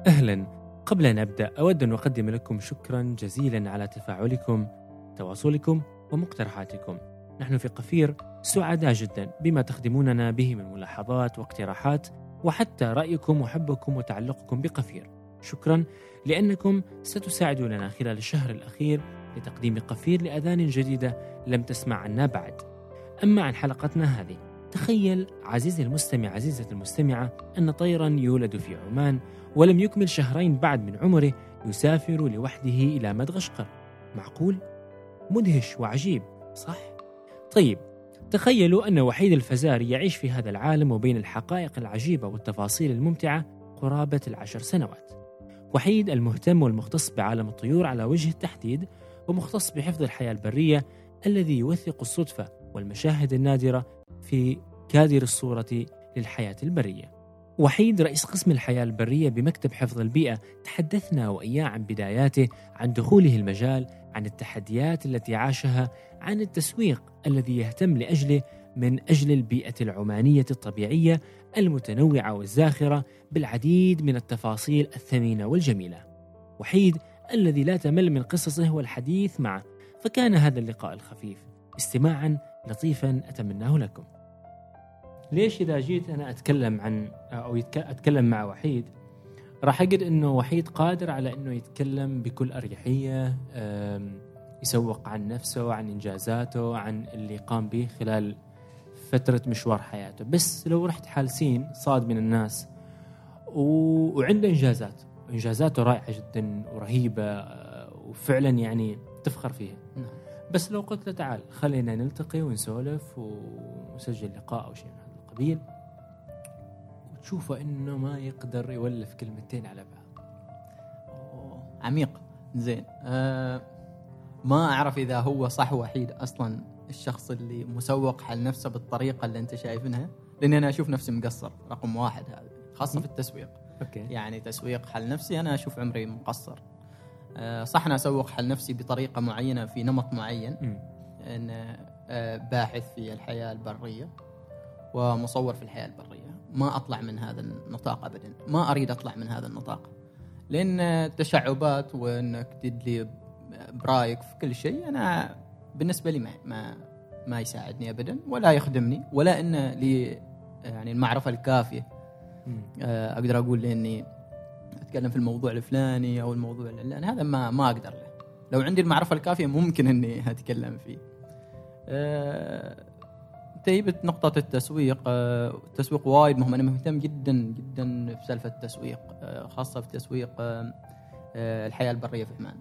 أهلا. قبل أن أبدأ أود أن أقدم لكم شكرا جزيلا على تفاعلكم، تواصلكم ومقترحاتكم. نحن في قفير سعداء جدا بما تخدموننا به من ملاحظات واقتراحات، وحتى رأيكم وحبكم وتعلقكم بقفير. شكرا لأنكم ستساعدوننا خلال الشهر الأخير لتقديم قفير لأذان جديدة لم تسمع عنا بعد. أما عن حلقتنا هذه، تخيل عزيزي المستمع عزيزتي المستمعة أن طيرا يولد في عمان ولم يكمل شهرين بعد من عمره يسافر لوحده إلى مدغشقر. معقول؟ مدهش وعجيب، صح؟ طيب، تخيلوا أن وحيد الفزاري يعيش في هذا العالم وبين الحقائق العجيبة والتفاصيل الممتعة قرابة 10 سنوات. وحيد المهتم والمختص بعالم الطيور على وجه التحديد، ومختص بحفظ الحياة البرية الذي يوثق الصدفة والمشاهد النادرة في كادر الصورة للحياة البرية. وحيد رئيس قسم الحياة البرية بمكتب حفظ البيئة. تحدثنا وإياه عن بداياته، عن دخوله المجال، عن التحديات التي عاشها، عن التسويق الذي يهتم لأجله من أجل البيئة العمانية الطبيعية المتنوعة والزاخرة بالعديد من التفاصيل الثمينة والجميلة. وحيد الذي لا تمل من قصصه والحديث معه. فكان هذا اللقاء الخفيف استماعا لطيفا أتمناه لكم. ليش إذا جيت أنا أتكلم عن أو أتكلم مع وحيد راح أجد أنه وحيد قادر على أنه يتكلم بكل أريحية، يسوق عن نفسه وعن إنجازاته، عن اللي قام به خلال فترة مشوار حياته. بس لو رحت حال سين صاد من الناس وعنده إنجازاته رائعة جدا ورهيبة، وفعلا يعني تفخر فيها. بس لو قلت له تعال خلينا نلتقي ونسولف ونسجل لقاء أو شيء من هذا القبيل، وتشوفه إنه ما يقدر يولف كلمتين على بعض. عميق. زين. ما أعرف إذا هو صح وحيد أصلا الشخص اللي مسوق حل نفسه بالطريقة اللي أنت شايفينها، لأن أنا أشوف نفسي مقصر رقم 1 هذا، خاصة في التسويق. أوكي. يعني تسويق حل نفسي أنا أشوف عمري مقصر. صح أنا أسوق حل نفسي بطريقة معينة في نمط معين، أن باحث في الحياة البرية ومصور في الحياة البرية. ما أطلع من هذا النطاق أبدا، ما أريد أطلع من هذا النطاق، لأن التشعبات وأنك تدلي برأيك في كل شيء أنا بالنسبة لي ما يساعدني أبدا ولا يخدمني، ولا إن لي يعني المعرفة الكافية أقدر أقول لأني أتكلم في الموضوع الفلاني أو الموضوع العلاني. هذا ما أقدر له. لو عندي المعرفة الكافية ممكن إني أتكلم فيه. تيبت نقطة التسويق. التسويق وايد مهم. أنا مهتم جدا جدا في سالفة التسويق، خاصة في تسويق الحياة البرية في عمان،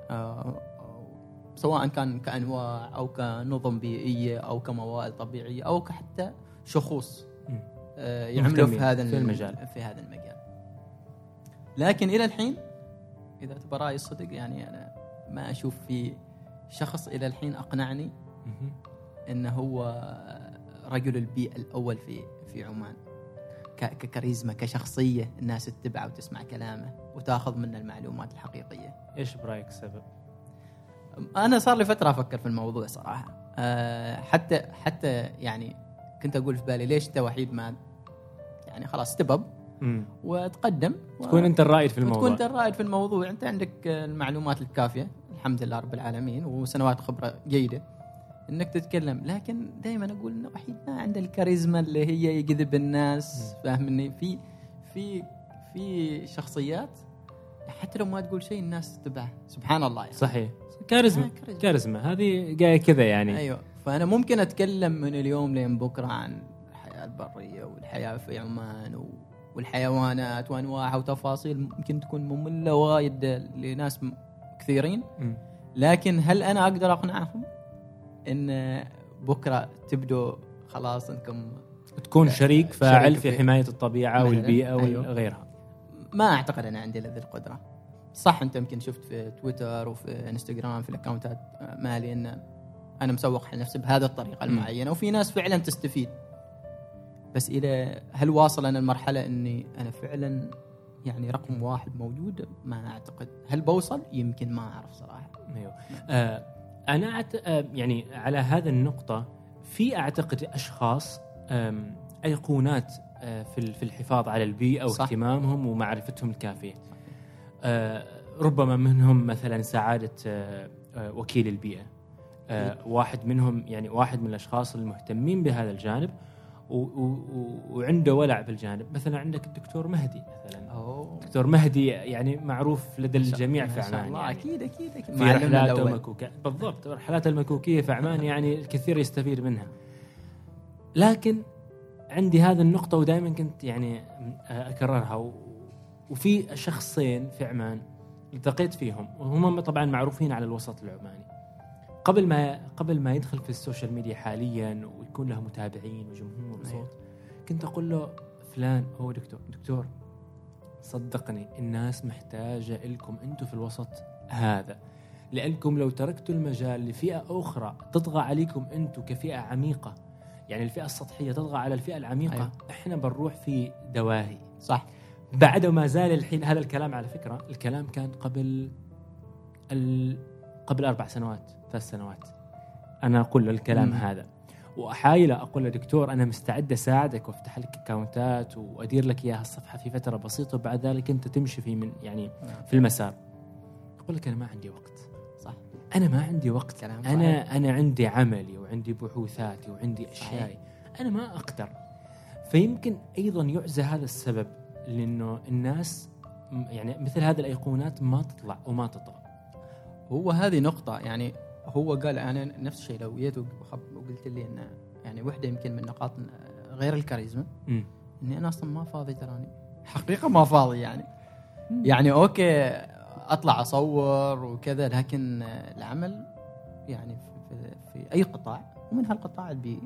سواء كان كأنواع أو كنظم بيئية أو كمواد طبيعية أو حتى شخوص يعملوا في هذا المجال. لكن إلى الحين إذا تبى رأي الصدق، يعني أنا ما أشوف في شخص إلى الحين أقنعني إنه هو رجل البيئة الأول في عمان، ككاريزما، كشخصية الناس تتبعه وتسمع كلامه وتأخذ منه المعلومات الحقيقية. إيش برأيك السبب؟ أنا صار لي فترة أفكر في الموضوع صراحة. حتى يعني كنت أقول في بالي ليش أنت وحيد ما يعني خلاص تبب وتقدم تكون أنت الرائد في الموضوع. أنت عندك المعلومات الكافية الحمد لله رب العالمين وسنوات خبرة جيدة إنك تتكلم. لكن دائما أقول إنه وحيد ما عنده الكاريزما اللي هي يجذب الناس. فاهمني؟ في شخصيات حتى لو ما تقول شيء الناس تتبعه. سبحان الله يعني. صحيح. كاريزما هذه جاية كذا يعني. أيوة. فأنا ممكن أتكلم من اليوم لين بكرة عن الحياة البرية والحياة في عمان والحيوانات وأنواعها وتفاصيل ممكن تكون مملة وايد لناس كثيرين. لكن هل أنا أقدر أقنعهم إن بكرة تبدو خلاص أنكم تكون شريك فاعل في حماية الطبيعة والبيئة وغيرها؟ ما أعتقد أنا عندي هذه القدرة. صح أنت يمكن شفت في تويتر وفي انستغرام في الأكاونتات مالي إن أنا مسوق حل نفسي بهذه الطريقة المعينة وفي ناس فعلا تستفيد. بس إلى هل واصل أنا المرحلة إني أنا فعلا يعني رقم 1 موجود؟ ما أعتقد. هل بوصل؟ يمكن، ما أعرف صراحة. أيوه. أنا يعني على هذا النقطة في أعتقد أشخاص أيقونات في الحفاظ على البيئة واهتمامهم ومعرفتهم الكافية. ربما منهم مثلا سعادة وكيل البيئة، واحد منهم يعني واحد من الأشخاص المهتمين بهذا الجانب وعنده ولع بالجانب. مثلا عندك الدكتور مهدي مثلا. دكتور مهدي يعني معروف لدى الجميع في عمان، يعني أكيد في رحلاته المكوكية. بالضبط، رحلات المكوكية في عمان يعني الكثير يستفيد منها. لكن عندي هذه النقطة ودائما كنت يعني أكررها، وفي شخصين في عمان التقيت فيهم وهم طبعا معروفين على الوسط العماني قبل ما يدخل في السوشيال ميديا حاليا ويكون له متابعين وجمهور وصوت. كنت أقول له فلان هو دكتور صدقني الناس محتاجة لكم أنتم في الوسط هذا، لأنكم لو تركتوا المجال لفئة أخرى تطغى عليكم أنتم كفئة عميقة، يعني الفئة السطحية تطغى على الفئة العميقة. إحنا بنروح في دواهي. صح. بعد ما زال الحين هذا الكلام، على فكرة الكلام كان قبل 4 سنوات 3 سنوات أنا أقول له الكلام هذا، وأحايله أقول له دكتور أنا مستعد أساعدك وافتح لك أكاونتات وأدير لك إياها الصفحة في فترة بسيطة وبعد ذلك أنت تمشي في المسار. أقول لك أنا ما عندي وقت. صح، أنا ما عندي وقت. أنا عندي عملي وعندي بحوثاتي وعندي أشيائي، أنا ما أقدر. فيمكن أيضا يعزى هذا السبب لأنه الناس يعني مثل هذه الأيقونات ما تطلع وما تطغى. هو هذه نقطة، يعني هو قال أنا نفس الشيء لو جيت وقلت لي إن يعني وحدة يمكن من نقاط غير الكاريزما إني أنا أصلا ما فاضي، تراني حقيقة ما فاضي يعني أوكي أطلع أصور وكذا، لكن العمل يعني في أي قطاع ومن هالقطاع البيئي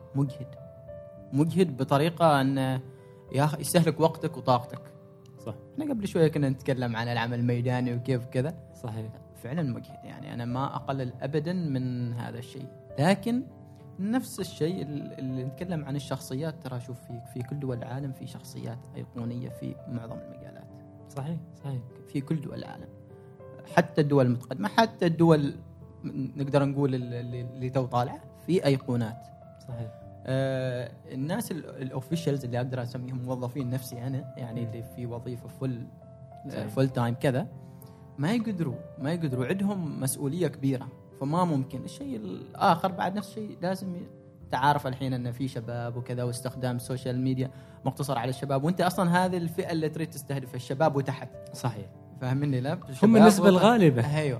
مجهد بطريقة أن يستهلك وقتك وطاقتك. صح. احنا قبل شوية كنا نتكلم عن العمل الميداني وكيف كذا. صحيح، فعلا مجهد، يعني أنا ما أقلل أبدا من هذا الشيء. لكن نفس الشيء اللي نتكلم عن الشخصيات، ترى شوف في كل دول العالم في شخصيات أيقونية في معظم المجالات. صحيح في كل دول العالم، حتى الدول المتقدمة، حتى الدول نقدر نقول اللي تو طالعة في أيقونات. صحيح. الناس الأوفيشلز اللي أقدر أسميهم موظفين نفسي أنا، يعني اللي في وظيفة فول تايم كذا، ما يقدروا عندهم مسؤولية كبيرة، فما ممكن. الشيء الآخر بعد نفس الشيء لازم تعرف الحين أن في شباب وكذا، واستخدام السوشيال ميديا مقتصر على الشباب، وانت أصلا هذه الفئة اللي تريد تستهدف الشباب وتحت. صحيح، فاهمني؟ لا هم النسبة الغالبة. ايوه،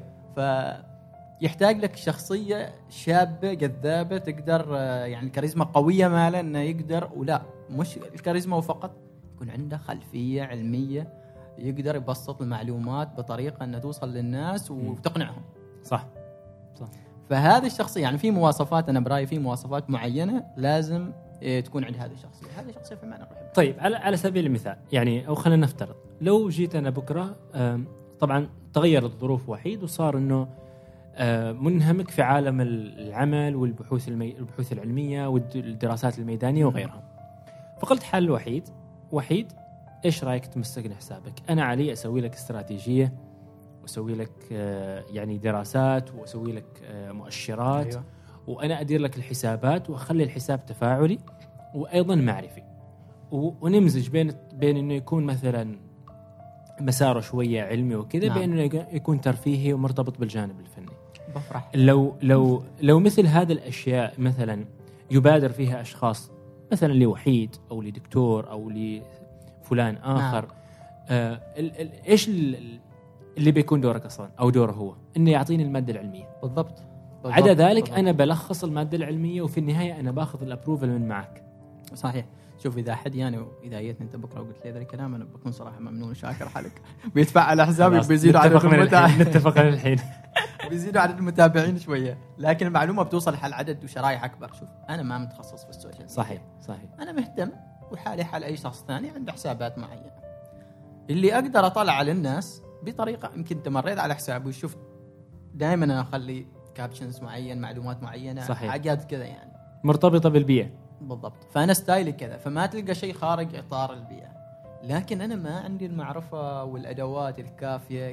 فيحتاج لك شخصية شابة جذابة تقدر يعني كاريزما قوية ماله انه يقدر، ولا مش الكاريزما وفقط، يكون عنده خلفية علمية يقدر يبسط المعلومات بطريقة انها توصل للناس وتقنعهم. صح. فهذه الشخصية يعني في مواصفات، أنا برأيي في مواصفات معينة لازم تكون عند هذه الشخصية. هذه الشخصية في معنى الرحمة. طيب على سبيل المثال يعني، أو خلينا نفترض لو جيت أنا بكرة، طبعا تغير الظروف وحيد وصار إنه منهمك في عالم العمل والبحوث البحوث العلمية والدراسات الميدانية وغيرها، فقلت حل وحيد إيش رأيك تمسكني حسابك؟ أنا علي أسوي لك استراتيجية وأسوي لك يعني دراسات وأسوي لك مؤشرات. أيوة. وأنا أدير لك الحسابات وأخلي الحساب تفاعلي وأيضا معرفي، ونمزج بين إنه يكون مثلا مساره شوية علمي وكذا، نعم، بين إنه يكون ترفيهي ومرتبط بالجانب الفني. بفرح لو مثل هذه الأشياء مثلا يبادر فيها أشخاص، مثلا لوحيد أو لدكتور أو لفلان آخر، نعم. إيش اللي بيكون دورك أصلا أو دوره هو إنه يعطيني المادة العلمية. بالضبط. عدا ذلك أنا بلخص المادة العلمية وفي النهاية أنا باخذ الأبروفل من معك. صحيح. شوف إذا حد يعني إذا جيتني أنت بكرة وقلت لي هذا الكلام، أنا بكون صراحة ممنون وشاكر حالك. بيدفع على حسابي، بيزيدوا عدد المتابعين. نتفق الحين. بيزيدوا عدد المتابعين شوية، لكن المعلومة بتوصل حل عدد وشرايح أكبر. شوف أنا ما متخصص في السوشيال. صحيح. أنا مهتم وحالي حال أي شخص ثاني عنده حسابات معينة اللي أقدر أطلع للناس بطريقة. يمكن تمريت على حسابي وشفت دائما أنا أخلي كابشنز معين، معلومات معينة، حاجات كذا يعني مرتبطة بالبيئة. بالضبط. فأنا ستايلي كذا، فما تلقى شيء خارج إطار البيئة. لكن أنا ما عندي المعرفة والأدوات الكافية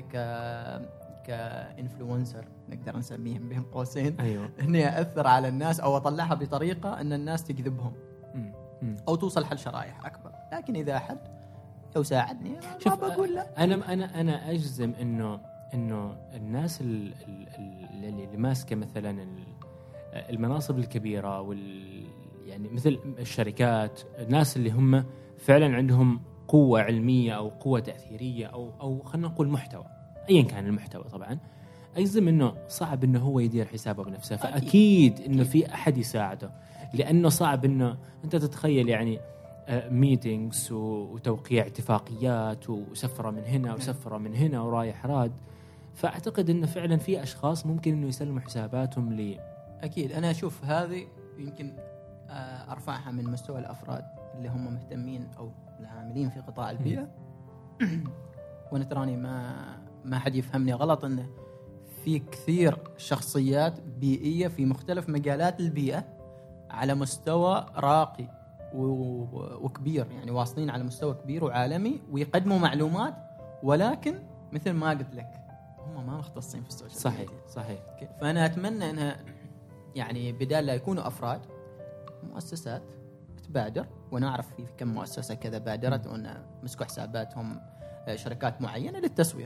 كإنفلونسر نقدر نسميهم بين قوسين. أيوة. إني أثر على الناس أو أطلعها بطريقة أن الناس تجذبهم أو توصل حل شرائح أكبر. لكن اذا احد لو ساعدني ما بقول لا. انا اجزم انه الناس اللي ماسكه مثلا المناصب الكبيره يعني مثل الشركات، الناس اللي هم فعلا عندهم قوه علميه او قوه تاثيريه او خلينا نقول محتوى، ايا كان المحتوى طبعا، اجزم انه صعب انه هو يدير حسابه بنفسه، فاكيد انه في احد يساعده. لانه صعب انه انت تتخيل يعني ميتينغز وتوقيع اتفاقيات وسفره من هنا وسفره من هنا ورايح راد. فاعتقد انه فعلا في اشخاص ممكن انه يسلموا حساباتهم اكيد. انا اشوف هذه يمكن ارفعها من مستوى الافراد اللي هم مهتمين او العاملين في قطاع البيئه. وانا تراني ما حد يفهمني غلط، انه في كثير شخصيات بيئيه في مختلف مجالات البيئه على مستوى راقي وكبير، يعني واصلين على مستوى كبير وعالمي ويقدموا معلومات، ولكن مثل ما قلت لك هم ما مختصين في السوشيال ميديا. صحيح. فانا اتمنى انها يعني بدال لا يكونوا افراد، مؤسسات تبادر. وانا اعرف في كم مؤسسه كذا بادرت وان مسكوا حساباتهم شركات معينه للتسويق،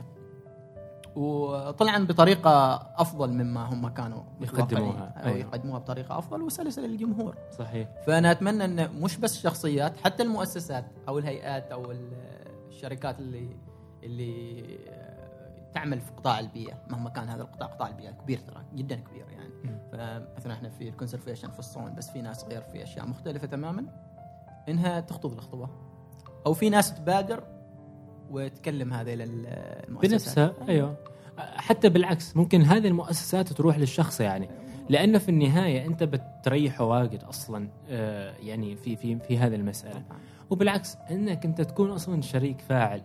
وطلعا بطريقه افضل مما هم كانوا يقدموها او يقدموها بطريقه افضل وسلسه للجمهور. صحيح. فانا اتمنى ان مش بس شخصيات، حتى المؤسسات او الهيئات او الشركات اللي تعمل في قطاع البيئه، مهما كان هذا قطاع البيئه كبير، ترى جدا كبير يعني. فمثلا احنا في الكونسرفيشن في الصون، بس في ناس غير في اشياء مختلفه تماما، انها تخطو الخطوه، او في ناس تبادر وتكلم هذه المؤسسات بنفسها. ايوه، حتى بالعكس ممكن هذه المؤسسات تروح للشخص، يعني لانه في النهايه انت بتريحه واجد اصلا يعني في هذه المساله. وبالعكس انك انت تكون اصلا شريك فاعل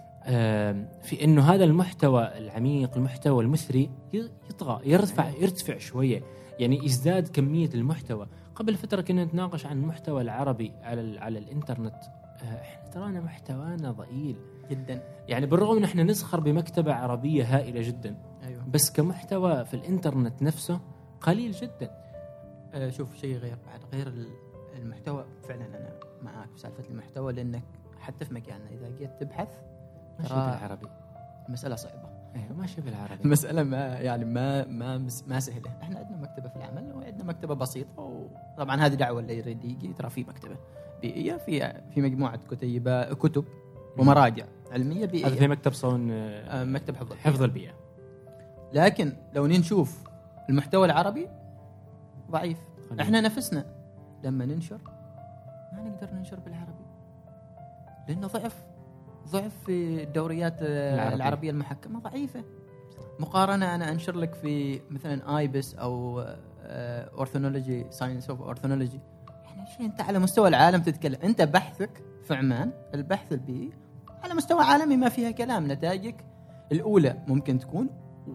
في انه هذا المحتوى العميق، المحتوى المثري يطغى، يرتفع شويه، يعني يزداد كميه المحتوى. قبل فتره كنا نتناقش عن المحتوى العربي على الانترنت. احنا ترانا محتوانا ضئيل جدا، يعني بالرغم ان احنا نسخر بمكتبه عربيه هائله جدا. أيوة. بس كمحتوى في الانترنت نفسه قليل جدا. شوف شيء غير المحتوى. فعلا انا معك في سالفه المحتوى، لانك حتى في مكاننا اذا جيت تبحث ماشي بالعربي، مسألة صعبة. ايوه ماشي بالعربي، المسألة ما سهلة. احنا عندنا مكتبة في العمل وعندنا مكتبة بسيطة، وطبعا هذه دعوة اللي يريد يجي، ترى في مكتبة بيئية في مجموعة كتب ومراجع علمية بيئية. هذا في مكتب صون، مكتب حفظ البيئة. لكن لو نشوف المحتوى العربي ضعيف. احنا نفسنا لما ننشر ما نقدر ننشر بالعربي، لأنه ضعف في الدوريات العربية المحكمة ضعيفة. مقارنة أنا أنشر لك في مثلا آيبس أو أورثونولوجي، ساينس أوف أورثونولوجي، يعني شيء أنت على مستوى العالم تتكلم. أنت بحثك في عمان، البحث البيئي على مستوى عالمي ما فيها كلام. نتائجك الأولى ممكن تكون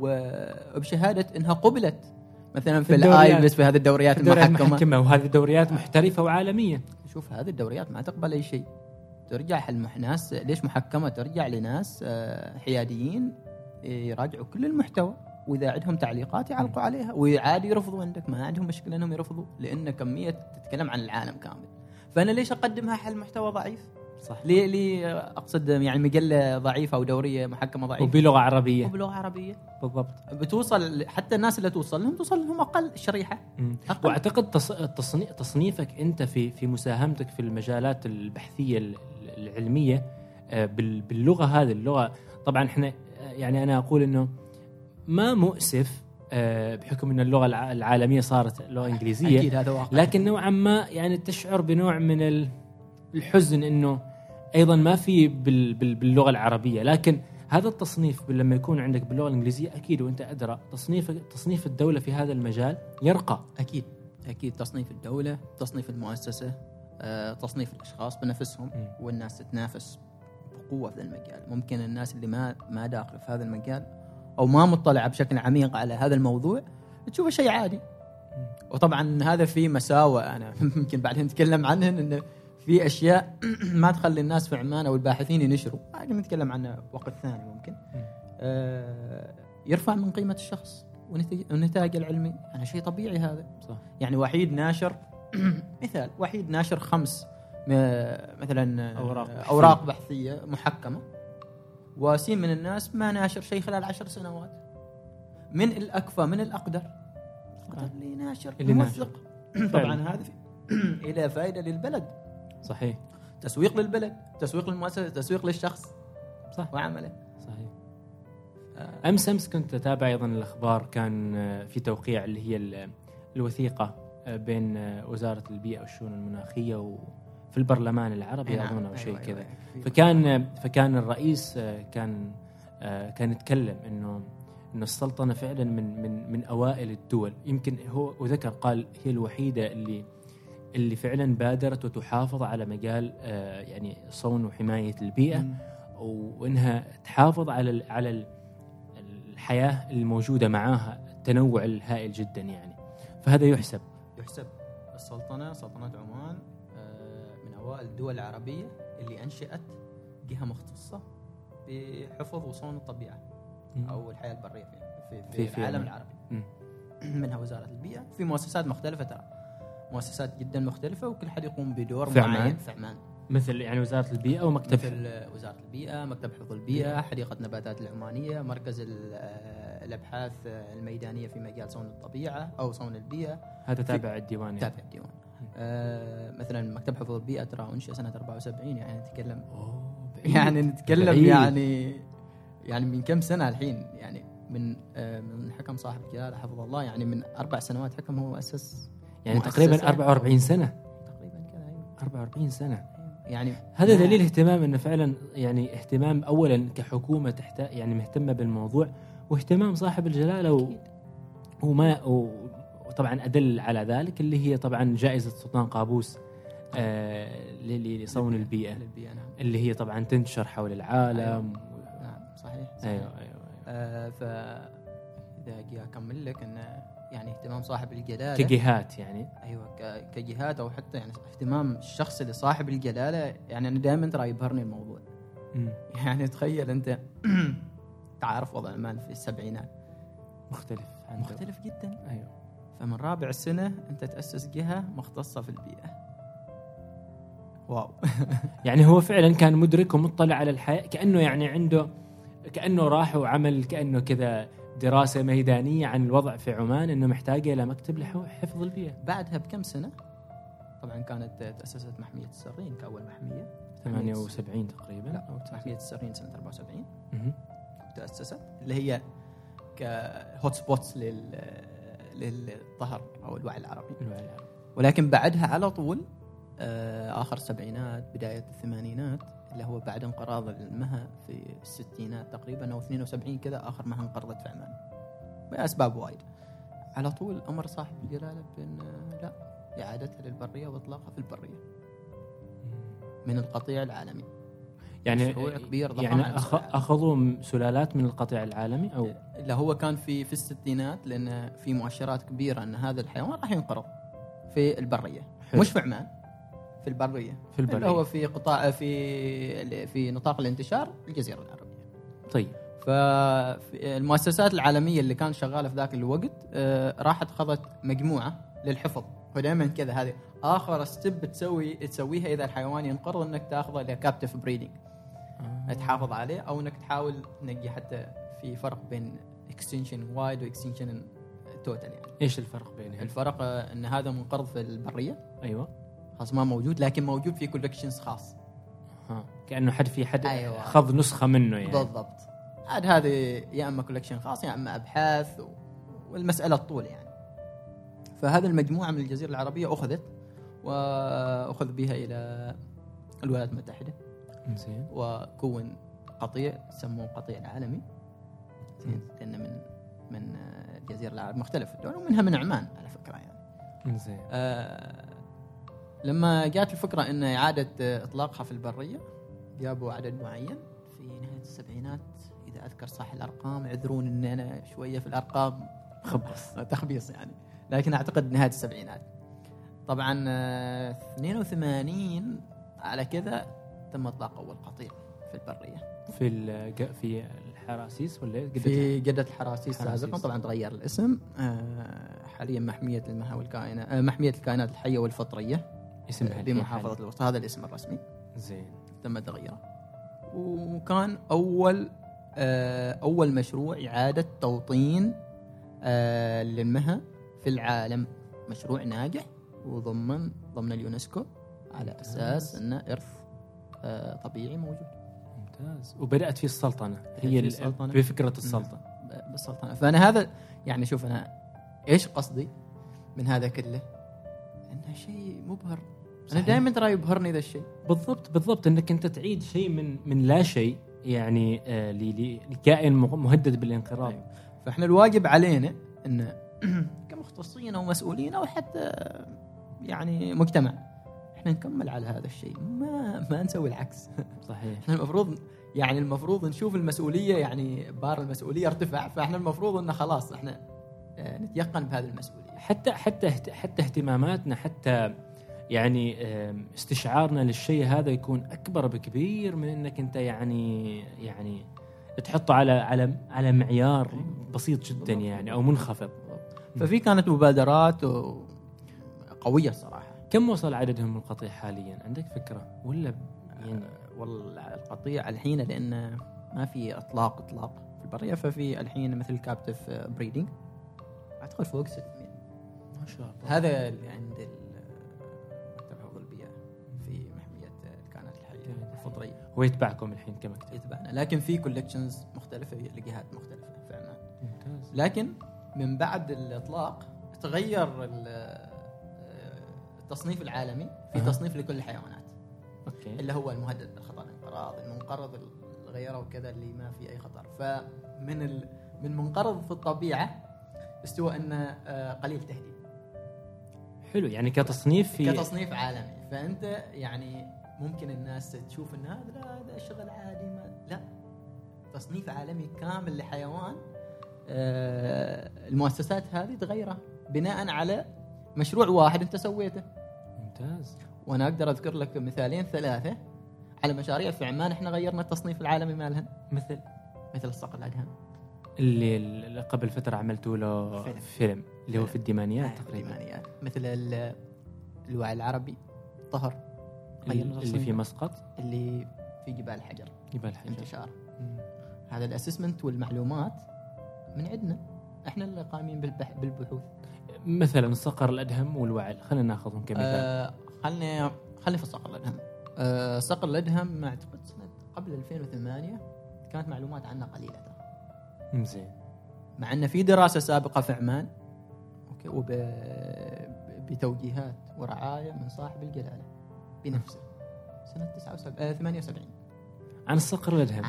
وبشهادة أنها قبلت مثلا في الآيبس، في هذه الدوريات المحكمة، وهذه دوريات محترفة وعالمية. شوف هذه الدوريات ما تقبل أي شيء، ترجع ناس ليش محكمة، ترجع لناس حياديين يراجعوا كل المحتوى، وإذا عندهم تعليقات يعلقوا عليها، وعادي يرفضوا عندك، ما عندهم مشكلة أنهم يرفضوا، لأن كمية تتكلم عن العالم كامل. فأنا ليش أقدمها حل محتوى ضعيف؟ صح. ليه أقصد يعني مجلة ضعيفة أو دورية محكمة ضعيفة وبلغة عربية. بالضبط. بتوصل حتى الناس اللي توصل لهم أقل شريحة. وأعتقد تصنيفك أنت في مساهمتك في المجالات البحثية العلمية باللغة، هذه اللغة طبعا احنا يعني أنا أقول إنه ما مؤسف بحكم أن اللغة العالمية صارت لغة إنجليزية. أكيد هذا واقع. لكن نوعا ما يعني تشعر بنوع من الحزن إنه أيضا ما في باللغة العربية. لكن هذا التصنيف لما يكون عندك باللغة الإنجليزية أكيد وأنت أدرى تصنيف الدولة في هذا المجال يرقى. أكيد تصنيف الدولة، تصنيف المؤسسة، تصنيف الأشخاص بنفسهم، والناس تتنافس بقوة في المجال. ممكن الناس اللي ما داخل في هذا المجال أو ما مطلع بشكل عميق على هذا الموضوع تشوفه شيء عادي. وطبعا هذا فيه مساوئ أنا ممكن بعدين نتكلم عنهن، إنه في أشياء ما تخلي الناس في عمان أو الباحثين ينشروا، بعدين نتكلم عنها وقت ثاني. ممكن يرفع من قيمة الشخص والنتاج العلمي. أنا شيء طبيعي هذا. صح. يعني وحيد ناشر مثال، وحيد ناشر 5 مثلا أوراق بحثية محكمة، وسين من الناس ما ناشر شيء خلال 10 سنوات. من الأكفى من الأقدر اللي ناشر موثق. طبعا هذا إلى فائدة للبلد. صحيح. تسويق للبلد، تسويق للمؤسسة، تسويق للشخص. صح. وعمله. صحيح. أمس كنت أتابع أيضا الأخبار، كان في توقيع اللي هي الوثيقة بين وزارة البيئة والشؤون المناخية وفي البرلمان العربي أظن أو شيء كذا. فكان الرئيس كان يتكلم إنه السلطنة فعلا من أوائل الدول، يمكن هو وذكر قال هي الوحيدة اللي فعلا بادرت وتحافظ على مجال يعني صون وحماية البيئة، وإنها تحافظ على الحياة الموجودة معاها، التنوع الهائل جدا يعني. فهذا يحسب السلطنة، سلطنة عمان من أوائل الدول العربية اللي أنشأت جهة مختصة بحفظ وصون الطبيعة أو الحياة البرية في العالم العربي. منها وزارة البيئة، في مؤسسات مختلفة، ترى مؤسسات جدا مختلفة، وكل حد يقوم بدور معين في عمان. مثل يعني وزارة البيئة ومكتب وزارة البيئة، مكتب حفظ البيئة، حديقة نباتات العمانية، مركز الأبحاث الميدانية في مجال صون الطبيعة أو صون البيئة. هذا تابع الديوان. تابع الديوان. مثلا مكتب حفظ البيئة ترى أنشئ سنة 74، يعني نتكلم يعني من كم سنة الحين، يعني من حكم صاحب الجلالة حفظه الله، يعني من 4 سنوات حكم، هو أسس يعني تقريبا 44 سنة تقريبا كذا. 44 سنة يعني هذا دليل اهتمام، انه فعلا يعني اهتمام اولا كحكومة يعني مهتمة بالموضوع، واهتمام صاحب الجلالة وطبعا ادل على ذلك اللي هي طبعا جائزة سلطان قابوس لصون البيئة اللي هي طبعا تنتشر حول العالم. نعم صحيح. ايوه. فاذا اجي اكمل لك انه يعني اهتمام صاحب الجلالة كجهات، يعني ايوه كجهات، او حتى يعني اهتمام الشخص لصاحب الجلالة. يعني انا دائما ترى يبهرني الموضوع. يعني تخيل انت تعرف وضع عمان في السبعينات مختلف جدا. ايوه. فمن رابع السنة انت تأسس جهة مختصة في البيئة. واو. يعني هو فعلا كان مدرك ومطلع على الحياة، كأنه يعني عنده، كأنه راح وعمل كأنه كذا دراسة ميدانية عن الوضع في عمان، إنه محتاجة إلى مكتب لحفظ البيئة. بعدها بكم سنة طبعا كانت تأسست محمية السرين كأول محمية 78 تقريبا. لا، محمية السرين سنة 74 تأسست، اللي هي كهوت سبوتس للظهر أو الوعي العربي. ولكن بعدها على طول آخر السبعينات بداية الثمانينات، اللي هو بعد انقراض المها في الستينات تقريبا أو 72 كذا، آخر مها انقرضت في عمان بأسباب وايد. على طول أمر صاحب الجلالة بأن لا، إعادتها للبرية وإطلاقها في البرية من القطيع العالمي. يعني كبير يعني أخذوا سلالات من القطيع العالمي، أو اللي هو كان في الستينات، لأن في مؤشرات كبيرة أن هذا الحيوان راح ينقرض في البرية. حلو. مش في عمان، في البرية اللي هو في قطاع في نطاق الانتشار الجزيرة العربية. طيب. فالمؤسسات العالمية اللي كانت شغالة في ذاك الوقت راحت خذت مجموعة للحفظ. ودائما كذا هذه آخر ستيب تسويها إذا الحيوان ينقرض، إنك تأخذه لكابتيف بريدنج، تحافظ عليه، أو إنك تحاول تنقي. حتى في فرق بين اكستنشن وايد واكستنشن توتال. يعني إيش الفرق بينهم؟ الفرق إن هذا منقرض في البرية، أيوة، خلاص ما موجود، لكن موجود في كولكشنز خاص. كأنه في حد أيوة. خذ نسخة منه يعني. بالضبط. هذه يا أما كولكشن خاص يا أما أبحاث، والمسألة الطول يعني. فهذه المجموعة من الجزيرة العربية أخذت وأخذ بها إلى الولايات المتحدة. زين. وكون قطيع سموه قطيع العالمي، لأن من الجزيرة العربية مختلف الدول، ومنها من عمان على فكرة يعني. زين. لما جاءت الفكرة إن إعادة إطلاقها في البرية، جابوا عدد معين في نهاية السبعينات، إذا أذكر صح الأرقام، عذرون إن أنا شوية في الأرقام تخبيص يعني، لكن أعتقد نهاية السبعينات. طبعا 82 على كذا تم إطلاق أول قطيع في البرية في الحراسيس ولا في جدة الحراسيس سابقا. طبعا تغير الاسم، حاليا محمية المها والكائنات، محمية الكائنات الحية والفطرية. اسمها بمحافظة الوسطى، هذا الاسم الرسمي. زين. تم تغييره، وكان أول مشروع إعادة توطين للمها في العالم، مشروع ناجح وضمن اليونسكو على أساس أنه إرث طبيعي موجود. ممتاز. وبدأت فيه السلطنة، هي السلطنة بفكرة السلطنة بالسلطنة. فأنا هذا يعني شوف أنا إيش قصدي من هذا كله، إنه شيء مبهر. صحيح. أنا دائما ترى يبهرني ذا الشيء. بالضبط إنك أنت تعيد شيء من لا شيء، يعني لكائن مهدد بالانقراض. أيوة. فإحنا الواجب علينا إن كمختصين أو مسؤولين أو حتى يعني مجتمع، إحنا نكمل على هذا الشيء، ما نسوي العكس. صحيح. إحنا المفروض نشوف المسؤولية، يعني بار المسؤولية ارتفع، فإحنا المفروض إنه خلاص إحنا نتيقن بهذه المسؤولية. حتى اهتماماتنا، حتى يعني استشعارنا للشيء هذا يكون أكبر بكبير من إنك أنت يعني تحطه على معيار بسيط جدا يعني أو منخفض. ففي كانت مبادرات قوية الصراحة. كم وصل عددهم القطيع حاليا؟ عندك فكرة ولا يعني؟ والله القطيع الحين لأن ما في إطلاق في البرية، ففي الحين مثل كابتف بريدنج أعتقد فوق 600 ما شاء الله. هذا اللي عند مكتب حفظ البيئة في محمية الكائنات الحية الفطرية. هو يتبعكم الحين كمكتب؟ يتبعنا، لكن في كولكشنز مختلفة لجهات مختلفة في عمان. ممتاز. لكن من بعد الإطلاق تغير التصنيف العالمي في تصنيف لكل الحيوانات. أوكي. اللي هو المهدد بالخطر الانقراض، المنقرض الغيره وكذا اللي ما في أي خطر. فمن من منقرض في الطبيعة استوى أنه قليل تهديد. حلو، يعني كتصنيف كتصنيف عالمي. فأنت يعني ممكن الناس تشوف أن هذا شغل عادي، لا، تصنيف عالمي كامل لحيوان. المؤسسات هذه تغيرها بناء على مشروع واحد أنت سويته. ممتاز. وأنا أقدر أذكر لك 2-3 على مشاريع في عمان إحنا غيرنا التصنيف العالمي مالهن. مثل الصقر الأدهم اللي قبل فترة عملتوا له فيلم اللي هو في الديمانيات تقريبا. الديمانيات. مثل الوعي العربي طهر اللي في مسقط، اللي في جبال الحجر انتشار. هذا الأسسمنت والمعلومات من عندنا، إحنا اللي قائمين بالبحوث. مثلا الصقر الأدهم والوعل، خلينا ناخذهم كمثال. خلي في الصقر الأدهم. الصقر الأدهم ما أعتقد سنة قبل 2008 كانت معلومات عنه قليلة. زين. مع أن في دراسة سابقة في عمان، بتوجيهات ورعاية من صاحب الجلالة بنفسه سنة 78 عن الصقر الأدهم.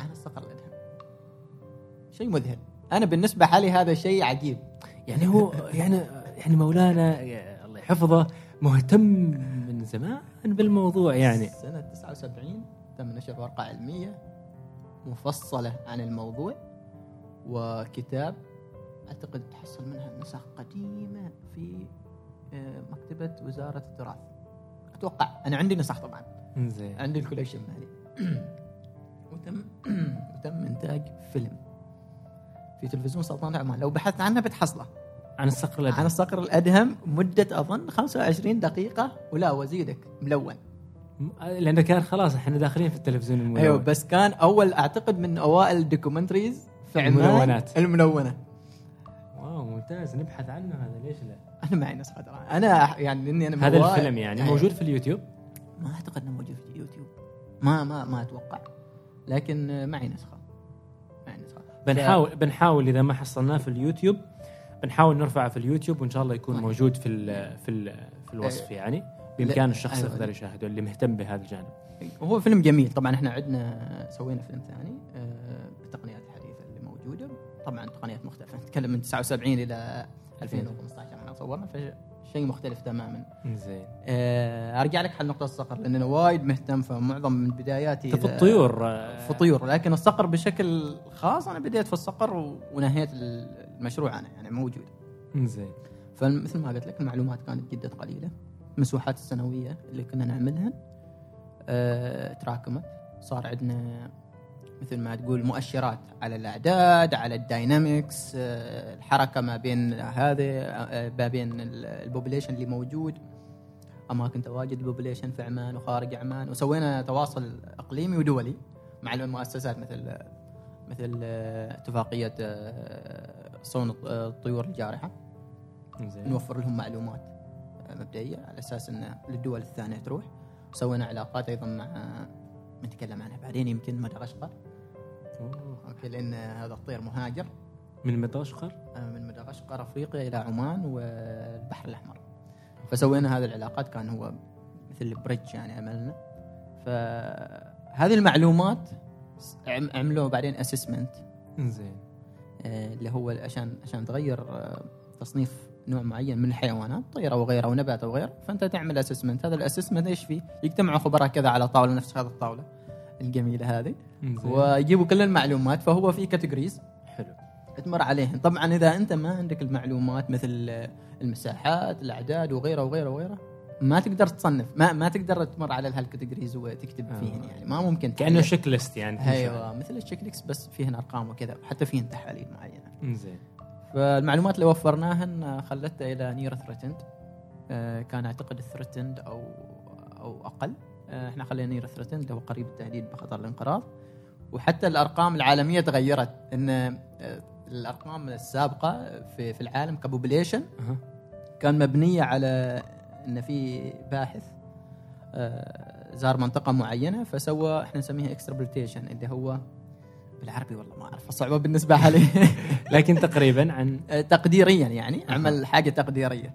شيء مذهل. أنا بالنسبة حالي هذا شيء عجيب. يعني هو يعني مولانا الله يحفظه مهتم من زمان بالموضوع. يعني سنة 79 تم نشر ورقة علمية مفصلة عن الموضوع، وكتاب أعتقد تحصل منها نسخ قديمة في مكتبة وزارة التراث أتوقع. أنا عندي نسخ طبعا. زين. عندي الكوليكشن مالي. وتم إنتاج فيلم في تلفزيون سلطنة عمان، لو بحثت عنه بتحصله، عن الصقر الأدهم مدة أظن 25 دقيقة ولا وزيدك ملون، لأنه كان خلاص احنا داخلين في التلفزيون الملون. أيوة، بس كان أول أعتقد من أوائل الدوكيومنتريز في عمان الملونة. واو ممتاز، نبحث عنه هذا. ليش لا؟ أنا معي نسخة ترى. أنا يعني إني أنا هذا الفيلم يعني موجود في اليوتيوب؟ ما أعتقد إنه موجود في اليوتيوب، ما أتوقع، لكن معي نسخة. بنحاول إذا ما حصلناه في اليوتيوب بنحاول نرفعه في اليوتيوب، وإن شاء الله يكون موجود في الوصف. يعني بإمكان الشخص يقدر يشاهده اللي مهتم بهذا الجانب. هو فيلم جميل طبعا. احنا سوينا فيلم ثاني بالتقنيات الحديثة اللي موجودة، طبعا تقنيات مختلفة، نتكلم من 79 إلى 2015 احنا صورنا، فشيء مختلف تماما. زين. ارجع لك حل نقطة الصقر، لأن أنا وايد مهتم في معظم من بداياتي في الطيور، لكن الصقر بشكل خاص أنا بديت في الصقر ونهاية المشروع أنا يعني موجود. زين. فمثل ما قلت لك المعلومات كانت جدا قليلة، المسوحات السنوية اللي كنا نعملها تراكمت، صار عندنا مثل ما تقول مؤشرات على الأعداد، على الداينامكس، الحركة ما بين البوبوليشن اللي موجود، اماكن تواجد البوبوليشن في عمان وخارج عمان، وسوينا تواصل اقليمي ودولي مع المؤسسات مثل اتفاقيه صون الطيور الجارحه. نوفر لهم معلومات مبدئيه على اساس ان للدول الثانيه تروح. سوينا علاقات ايضا مع نتكلم عنها بعدين يمكن مدغشقر. اوكي، لان هذا الطير مهاجر من مدغشقر افريقيا الى عمان والبحر الاحمر. فسوينا هذه العلاقات، كان هو مثل بريدج يعني عملنا. فهذه المعلومات عملوا بعدين اسسمنت زين اللي هو عشان تغير تصنيف نوع معين من الحيوانات، طير او غيره او نبات او غيره. فانت تعمل اسسمنت. هذا الاسسمنت ايش فيه؟ يجتمعوا خبراء كذا على طاوله نفس هذه الطاوله الجميله هذه، ويجيبوا كل المعلومات. فهو في كاتيجوريز حلو تمر عليهم. طبعا اذا انت ما عندك المعلومات مثل المساحات الاعداد وغيره ما تقدر تصنف، ما تقدر تمر على هالكاتيجوريز وتكتب فيهن. يعني ما ممكن كأنه شيك ليست يعني. ايوه مثل الشيك ليست بس فيهن ارقام وكذا، حتى فيهن تحاليل معينه. زين. فالمعلومات اللي وفرناها خلتها الى نير ثريتند. كان اعتقد الثريتند او اقل. احنا خلينا نير ثريتند اللي هو قريب التهديد بخطر الانقراض. وحتى الارقام العالميه تغيرت، ان الارقام السابقه في العالم كبوبوليشن كان مبنيه على ان في باحث زار منطقه معينه فسوى، احنا نسميها اكسترابوليشن، اللي هو بالعربي والله ما اعرف، صعبه بالنسبه لي لكن تقريبا عن تقديريا يعني عمل حاجه تقديريه.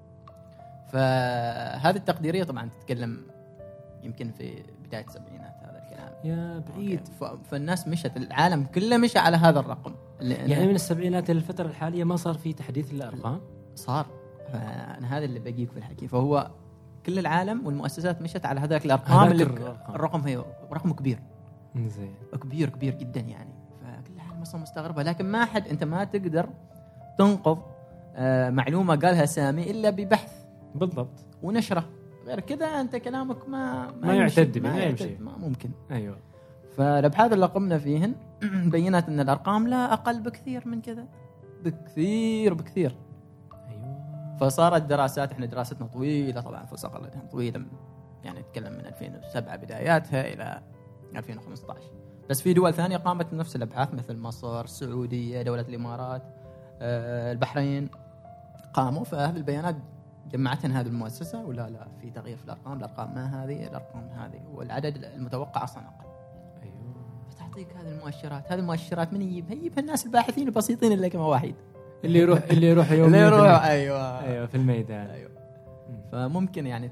فهذه التقديريه طبعا تتكلم يمكن في بدايه السبعينات هذا الكلام، يا بعيد. فالناس مشت، العالم كله مشى على هذا الرقم. يعني من السبعينات للفتره الحاليه ما صار في تحديث للارقام؟ صار. أنا هذا اللي بقيك في الحكي. فهو كل العالم والمؤسسات مشت على هذاك الارقام اللي الرقم هي رقم كبير زين، كبير جدا يعني. فكل العالم اصلا مستغربه، لكن ما حد، انت ما تقدر تنقض معلومه قالها سامي الا ببحث بالضبط ونشره. غير كذا انت كلامك ما يعتد به، ما يمشي، ما ممكن. ايوه. فالابحاث اللي قمنا فيهن بينت ان الارقام لا اقل بكثير من كذا، بكثير. فصارت دراسات، احنا دراستنا طويله طبعا، فصقلتها طويله يعني، نتكلم من 2007 بداياتها الى 2015. بس في دول ثانيه قامت بنفس الابحاث مثل مصر، السعوديه، دوله الامارات، البحرين قاموا. فهذه البيانات جمعتها هذه المؤسسه، ولا في تغيير في الارقام ما هذه، الارقام هذه، والعدد المتوقع اصلا اقل. ايوه. فتعطيك هذه المؤشرات. هذه المؤشرات من يجيبها الناس الباحثين البسيطين اللي كما واحد اللي يروح يوم ايوه في الميدان. ايوه. فممكن يعني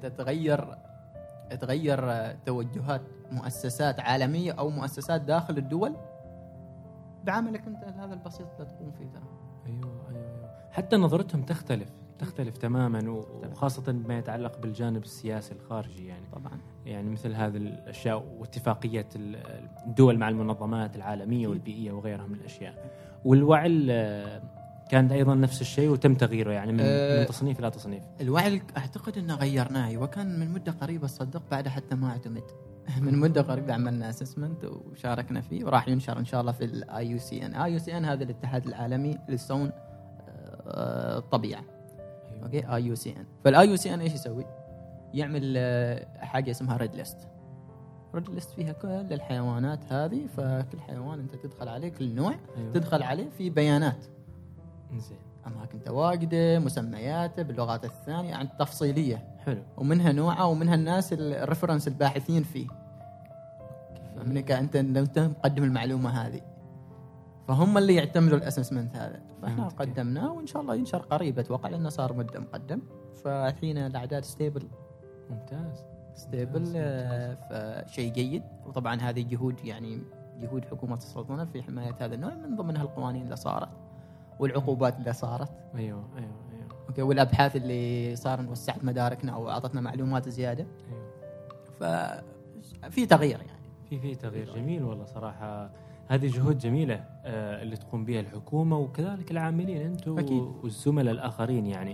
تغير توجهات مؤسسات عالميه او مؤسسات داخل الدول بعملك انت هذا البسيط اللي تقوم فيه ترى. ايوه. حتى نظرتهم تختلف تماما، وخاصه بما يتعلق بالجانب السياسي الخارجي يعني. طبعا يعني مثل هذه الاشياء واتفاقيه الدول مع المنظمات العالميه والبيئيه وغيرها من الاشياء. والوعي كان ايضا نفس الشيء وتم تغييره يعني من تصنيف الى تصنيف. الوعي اعتقد انه غيرناه، وكان من مده قريبه صدق، بعد حتى ما اعتمد من مده قريبه عملنا اسسمنت وشاركنا فيه، وراح ينشر ان شاء الله في الاي يو سي ان. هذا الاتحاد العالمي للصون الطبيعه. اوكي، اي يو سي ان. فالاي يو سي ان ايش يسوي؟ يعمل حاجه اسمها ريد ليست فيها كل الحيوانات هذه. فكل حيوان انت تدخل عليه، كل نوع تدخل عليه في بيانات زين، اماكن تواجده، مسمياته باللغات الثانيه يعني تفصيليه. حلو. ومنها نوعه ومنها الناس الريفرنس الباحثين فيه. فهمنك انت مقدم المعلومه هذه، فهم اللي يعتمدوا الاسسمنت هذا. فاحنا قدمناه وان شاء الله ينشر قريب، اتوقع لانه صار مده مقدم. فالحين الاعداد ستيبل. ممتاز. ستيبل. فشيء جيد. وطبعا هذه جهود حكومه السلطنه في حمايه هذا النوع، من ضمنها القوانين اللي صارت والعقوبات اللي صارت. ايوه. اوكي. والابحاث اللي صار وسعت مداركنا او اعطتنا معلومات زياده. ففي تغيير يعني. في تغيير جميل والله صراحه. هذه جهود جميله اللي تقوم بها الحكومه وكذلك العاملين انتم والزملاء الاخرين يعني.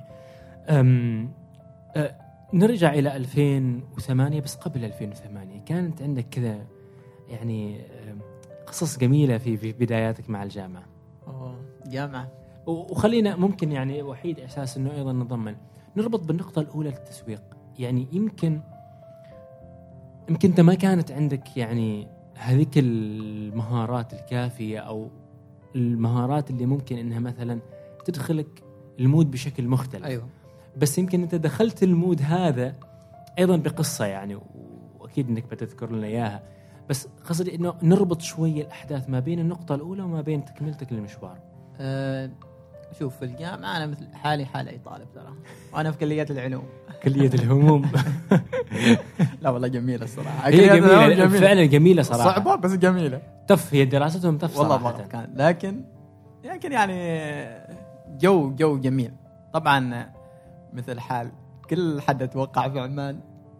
نرجع الى 2008. بس قبل 2008 كانت عندك كذا يعني قصص جميله في بداياتك مع الجامعه. جامعه. وخلينا ممكن يعني وحيد احساس انه ايضا نربط بالنقطه الاولى للتسويق. يعني يمكن أنت ما كانت عندك يعني هذيك المهارات الكافية أو المهارات اللي ممكن إنها مثلا تدخلك المود بشكل مختلف. أيوة. بس يمكن أنت دخلت المود هذا أيضا بقصة يعني، وأكيد إنك بتذكر لنا إياها، بس قصدي إنه نربط شوية الأحداث ما بين النقطة الأولى وما بين تكملتك للمشوار. شوف في الجامعة أنا مثل حالي حال أي طالب ترى، وأنا في كلية العلوم. كلية الهموم. لا والله جميلة الصراحة. هي جميلة فعلا، جميلة صراحة. صعبة بس جميلة. تف، هي دراستهم تف والله صراحة. كان لكن يعني جو جميل طبعا، مثل حال كل حد اتوقع في عمان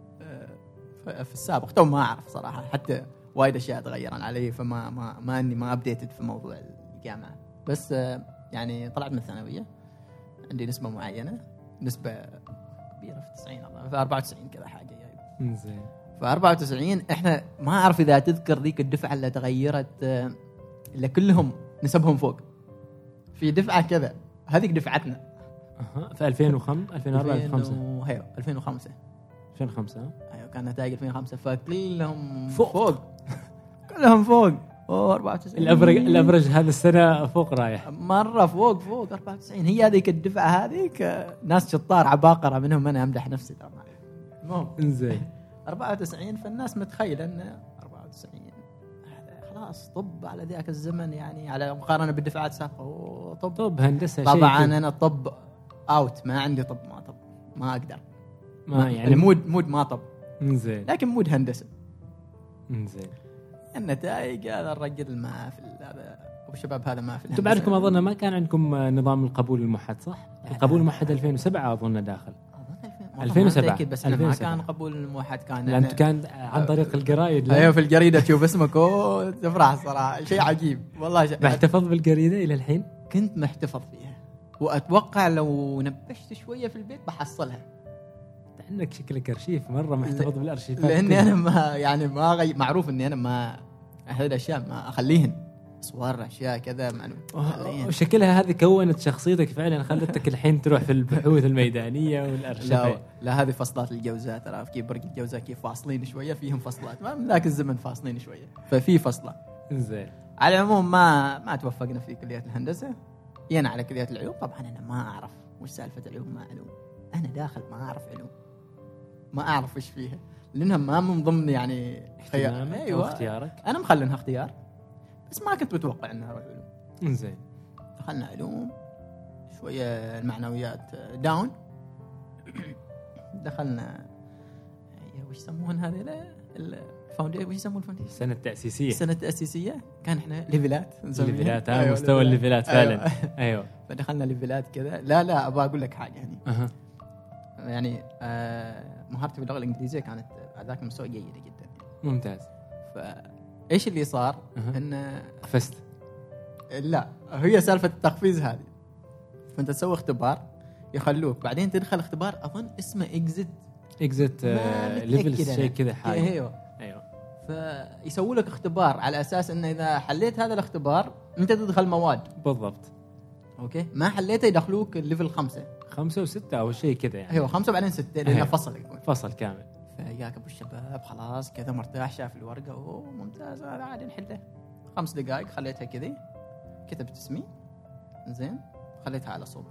في السابق. تو ما أعرف صراحة، حتى وايد أشياء تغيرت علي، فما ما أبديتد في موضوع الجامعة. بس يعني طلعت من الثانوية عندي نسبة معينة، نسبة كبيرة في 90 في 94 كذا حاجة يعني. زين. في 94 احنا ما أعرف إذا تذكر ذيك الدفعة اللي تغيرت، اللي كلهم نسبهم فوق. في دفعة كذا، هذيك دفعتنا. في 2005 2004 2005. ايوه 2005. ايوه كان نتائج 2005، فكلهم فوق. كلهم فوق. 94. الأفرج هذا السنة فوق رايح مرة فوق 94. هي هذيك الدفعة هذيك ناس شطار عباقرة منهم، أنا أمدح نفسي ترى. المهم إنزين 94، فالناس متخيلة أن 94 خلاص طب على ذاك الزمن، يعني على مقارنة بالدفعات السابقة. طب هندسة طبعا أنا طب أوت، ما عندي طب، ما أقدر، ما يعني المود ما طب. إنزين لكن مود هندسة. إنزين النتائج هذا الرجل ما في هذا، والشباب هذا ما في. انتم بعدكم اظن ما كان عندكم نظام القبول الموحد صح؟ القبول الموحد 2007 اظن داخل 2007 بس 2007. ما كان قبول الموحد، كان انت كان عن طريق الجرايد. ايوه في الجريده تشوف اسمك تفرح الصراحه، شيء عجيب والله. محتفظ بالجريده الى الحين؟ كنت محتفظ فيها، واتوقع لو نبشت شويه في البيت بحصلها. انك شكلك ارشيف مره، محتفظ بالارشيفات. لاني انا ما معروف اني انا ما هذه الاشياء ما اخليهن، صور اشياء كذا وشكلها هذه كونت شخصيتك فعلا، خلتك الحين تروح في البحوث الميدانيه والارشفه. لا هذه فصلات الجوزاء ترى، كيف برق الجوزاء كيف فاصلين شويه، فيهم فصلات ما من ذاك الزمن فاصلين شويه، ففي فصله. زين. على العموم ما توفقنا في كليه الهندسه، جينا على كليه العلوم. طبعا انا ما اعرف وش سالفه علوم، ما علوم، انا داخل ما اعرف علوم، ما اعرف وش فيها، لانها ما من ضمن يعني اهتمامك. أيوة. اختيارك. انا مخلنها اختيار، بس ما كنت متوقع انها اروح علوم. زين. دخلنا علوم شويه، المعنويات داون. دخلنا وش يسمون هذه الفاونديشن، وش يسمون الفاونديشن؟ السنه التاسيسيه كان احنا ليفلات أيوة مستوى الليفلات فعلا. ايوه فدخلنا ليفلات كذا. لا ابغى اقول لك حاجه يعني. يعني مهارتي باللغه الانجليزيه كانت على ذاك المستوى جيده جدا. ممتاز. فايش اللي صار؟ ان قفزت. لا هي سالفه التقفيز هذه، فانت تسوي اختبار يخلوك بعدين تدخل اختبار اظن اسمه اكزيت ليفل شيء كذا حاجه. ايوه فيسووا لك اختبار على اساس انه اذا حليت هذا الاختبار انت تدخل مواد. بالضبط. اوكي ما حليته يدخلوك الليفل 5 و6 او شيء كذا يعني. ايوه 5 بعدين 6 لانه فصل يكون فصل كامل. فجاك ابو الشباب خلاص كذا مرتاح، شاف الورقه ممتاز هذا عادي نحله. 5 دقائق خليتها كذي، كتبت اسمي زين، خليتها على صوب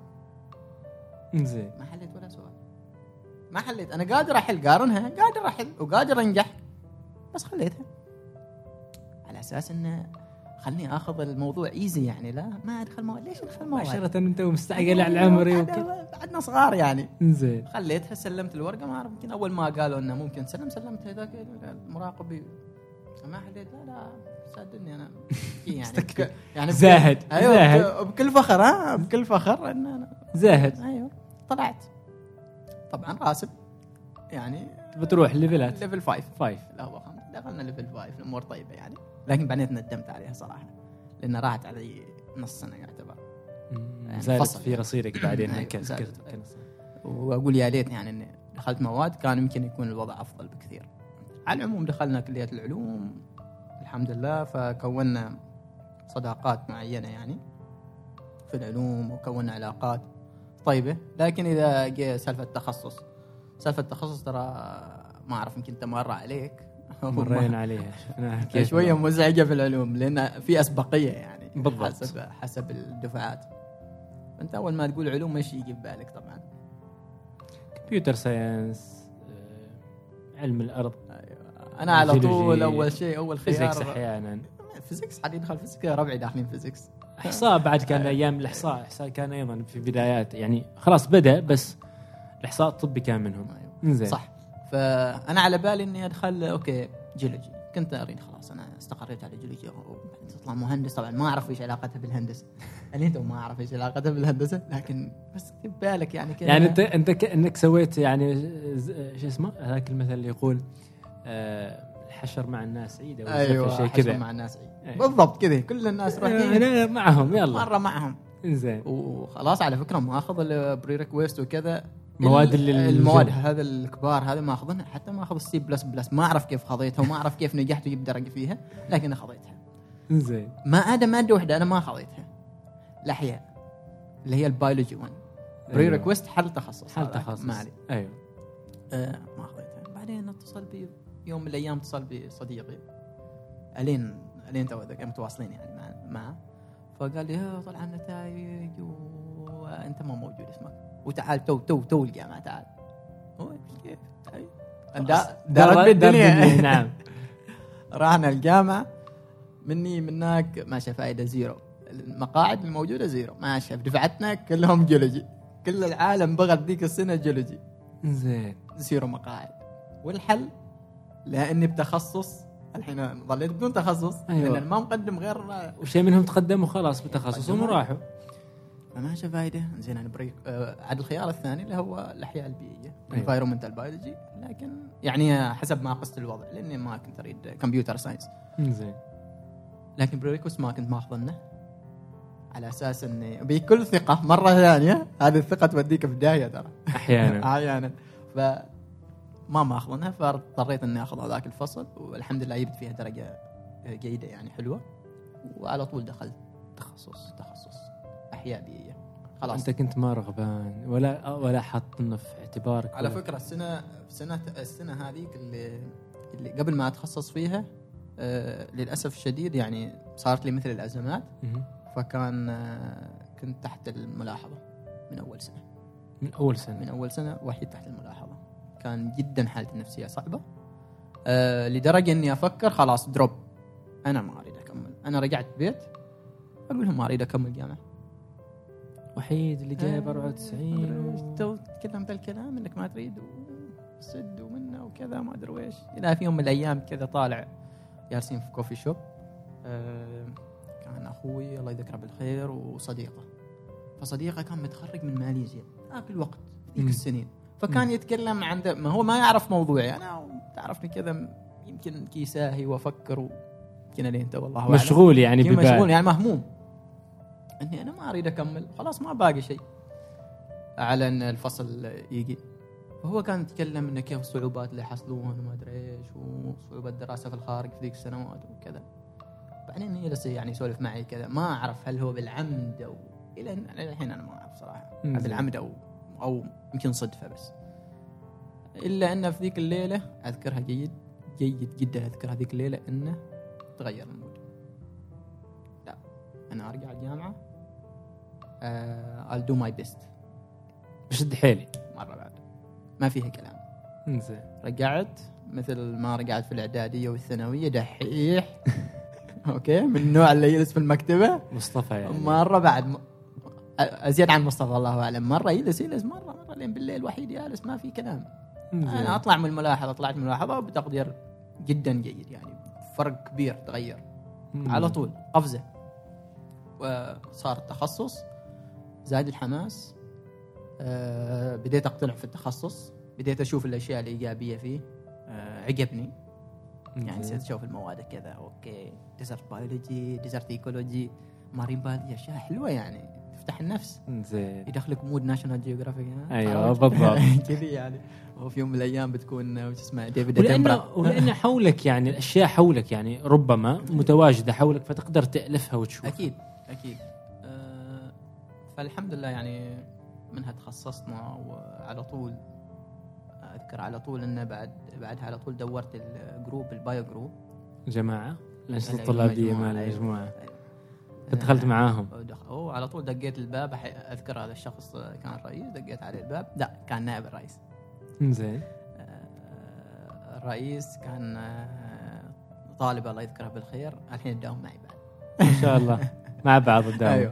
زين، ما حليت ولا سؤال، ما حليت. انا قادر احل، قارنها قادر احل وقادر انجح، بس خليتها على اساس انه خلني اخذ الموضوع ايزي يعني. لا ما ادخل مواد، ليش ادخل مواد؟ عشرة انت مستعجل على العمري وكذا، بعدنا صغار يعني. زين خليتها، سلمت الورقه. ما اعرف يمكن اول ما قالوا انه ممكن سلمت هذاك المراقب ما حليت. لا صدقني انا يعني زاهد. أيوة زاهد بكل فخر. بكل فخر ان انا زاهد. ايوه طلعت طبعا راسب يعني. بتروح ليفلات ليفل 5 لا هو 5. دخلنا ليفل 5 الامور طيبه يعني، لكن بعدين ندمت عليها صراحه لان راحت علي نص سنه يعتبر. يعني زادت في رصيدك بعدين هيك سكرت. واقول يا ليت يعني اني دخلت مواد كان يمكن يكون الوضع افضل بكثير. على العموم دخلنا كليه العلوم الحمد لله، فكونا صداقات معينه يعني في العلوم وكونا علاقات طيبه. لكن اذا جاء سالفه التخصص سالفه التخصص ترى ما اعرف يمكن انت مر عليك مرينا عليها شفناها شويه مزعجه في العلوم لان في اسبقيه يعني بالضبط حسب الدفعات. انت اول ما تقول علوم ايش يجي ببالك؟ طبعا كمبيوتر ساينس، علم الارض. أيوة. انا على طول اول شيء اول خيار فيزيكس احيانا فيزيكس حد يدخل فيزيكس يا ربعي داخلين فيزيكس. احصاء بعد كان ايام الاحصاء كان ايضا في بدايات يعني خلاص بدا بس الاحصاء الطبي كان منهم. أيوة. صح. فانا على بالي اني ادخل اوكي جيولوجي. كنت اريد خلاص انا استقريت على جيولوجي تطلع مهندس. طبعا ما اعرف ايش علاقتها بالهندسه يعني انت ما اعرف ايش علاقتها بالهندسه لكن بس بالك يعني كذا يعني انت كانك سويت يعني شو اسمه هذاك المثل اللي يقول الحشر مع الناس عيد او أيوة شيء كذا مع الناس عيد. أيوة. بالضبط كذا كل الناس رايحين معهم يلا مره معهم زين. وخلاص على فكره ماخذ البري ريكويست وكذا مواد المواد هذا الكبار هذا ما اخذنها حتى ما اخذ السي بلس بلس ما اعرف كيف خذيتها وما اعرف كيف نجحت وجبت درجه فيها لكن انا خذيتها زين. ما عدا ماده واحده انا ما خذيتها الاحياء اللي هي البيولوجي 1 بري ريكويست حل تخصص ما علي. ايوه ما خذيتها. بعدين اتصل بي يوم من الايام اتصل بي صديقي الين تو متواصلين يعني معه فقال لي طلع النتائج وانت ما موجود اسمك وتعال تو الجامعه تعال. كيف دارت بالدنيا نعم. راحنا الجامعه منك ماشي فائده زيرو. المقاعد الموجوده زيرو ماشي. دفعتنا كلهم جيولوجي. كل العالم بغى ذيك السنه جيولوجي زين زيرو مقاعد. والحل لاني بتخصص الحين ظليت بدون تخصص. أيوة. لان ما مقدم غير وشيء منهم تقدموا خلاص بتخصصهم وراحوا ما شاء فايده. زين انا بريك عاد الخيار الثاني اللي هو الاحياء البيئيه أيوة. environmental biology لكن يعني حسب ما قست الوضع لاني ما كنت اريد كمبيوتر ساينس. زين. لكن بريكوس ما كنت ماخذنه على اساس اني بكل ثقه مره ثانيه هذه الثقه توديك في داهيه ترى احيانا ما ماخذنها فاضطريت اني اخذ هذاك الفصل والحمد لله جبت فيها درجه جيده يعني حلوه وعلى طول دخلت تخصص احياء بيئيه. خلاص انت كنت ما رغبان ولا حاط انه في اعتبارك على فكره السنه هذيك اللي قبل ما اتخصص فيها للاسف الشديد يعني صارت لي مثل الازمات فكان كنت تحت الملاحظه من اول سنه وحيد تحت الملاحظه. كان جدا حالتي النفسيه صعبه لدرجه اني افكر خلاص دروب انا ما اريد اكمل. انا رجعت بيت اقول لهم ما اريد اكمل جامعه. وحيد اللي جايب 94 تو تكلم ذا الكلام انك ما تريد وسد ومنه وكذا ما ادري ايش. الى في يوم من الايام كذا طالع جالسين في كوفي شوب كان اخوي الله يذكره بالخير وصديقه. فصديقه كان متخرج من ماليزيا ذاك الوقت ذيك السنين فكان يتكلم عن ما هو ما يعرف موضوعي. انا تعرفني كذا يمكن كيساهي وافكر يمكن لين تو والله مشغول يعني مشغول يعني مهموم اني انا ما اريد اكمل خلاص ما باقي شيء على ان الفصل يجي. فهو كان يتكلم انه كيف الصعوبات اللي حصلوها وما ادري ايش وصعوبة الدراسه في الخارج في ذيك السنوات وكذا. بعدين يجلس يعني يسولف معي كذا ما اعرف هل هو بالعمد او الى الحين انا ما اعرف صراحه بالعمد او يمكن صدفه بس. الا ان في ذيك الليله اذكرها جيد جدا اذكر هذيك الليله انه تغير المود. لا انا ارجع الجامعه I'll do my best بشد حيلي مره بعد ما فيها كلام. زين. رجعت مثل ما رجعت في الاعداديه والثانويه دحيح اوكي من النوع اللي يجلس في المكتبه مصطفى يعني مره بعد ازيد عن مصطفى الله اعلم. مره يجلس مره لين بالليل وحيد جالس ما في كلام. انا اطلع من الملاحظه طلعت من الملاحظه بتقدير جدا جيد يعني فرق كبير تغير على طول قفزه. وصار التخصص زاد الحماس. بديت اقتنع في التخصص بديت اشوف الاشياء الايجابيه فيه. عجبني يعني صرت اشوف المواد كذا اوكي ديزرت بيولوجي ديزرت ايكولوجي مارين بيولوجي اشياء حلوه يعني تفتح النفس. زين. يدخلك مود ناشونال جيوغرافيك. ايوه بالضبط كذي يعني. وفي يوم من الايام بتكون وش اسمه ديفيد اتنبرا ولأن حولك يعني الاشياء حولك يعني ربما متواجده حولك فتقدر تألفها وتشوفها. اكيد فالحمد لله يعني منها تخصصنا وعلى طول اذكر على طول انه بعدها على طول دورت الجروب البايو جروب جماعه الانشطه الطلابيه مع المجموعه. دخلت معاهم على طول دقيت الباب. اذكر هذا الشخص كان رئيس، دقيت عليه الباب، لا كان نائب الرئيس. زين. الرئيس كان طالب الله يذكره بالخير، الحين يداوم معي بعد ما شاء الله مع بعض الدوام. ايوه.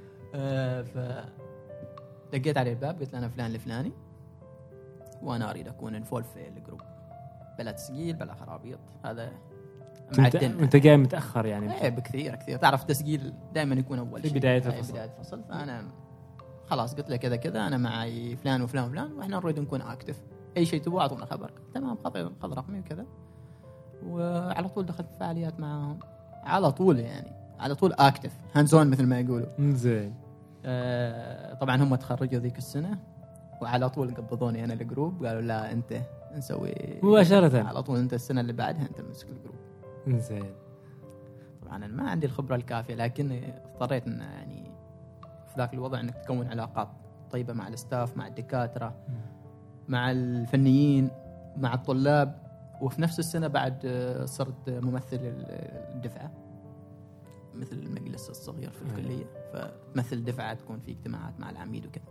دقيت عليه الباب، قلت له انا فلان الفلاني وانا اريد اكون انفولف في الجروب، بلا تسجيل بلا خرابيط. هذا انت جاي متاخر يعني. ايه بكثير كثير. تعرف تسجيل دائما يكون اول شيء في بدايه الفصل. فانا خلاص قلت له كذا كذا انا معي فلان وفلان وفلان واحنا نريد نكون اكتف، اي شيء تبغوا اعطونا خبر. تمام، خذ رقمي وكذا. وعلى طول دخلت فعاليات معاهم على طول، يعني على طول اكتف هانزون مثل ما يقولوا. زين. طبعا هم تخرجوا ذيك السنه وعلى طول قبضوني انا الجروب، قالوا لا انت نسوي مباشره على طول، انت السنه اللي بعدها انت مسك الجروب. زين. طبعا انا ما عندي الخبره الكافيه، لكن اضطريت ان يعني في ذاك الوضع انك تكون علاقات طيبه مع الاستاف، مع الدكاتره، مع الفنيين، مع الطلاب. وفي نفس السنه بعد صرت ممثل الدفعه، مثل المجلس الصغير في الكليه، فمثل دفعه تكون في اجتماعات مع العميد وكذا.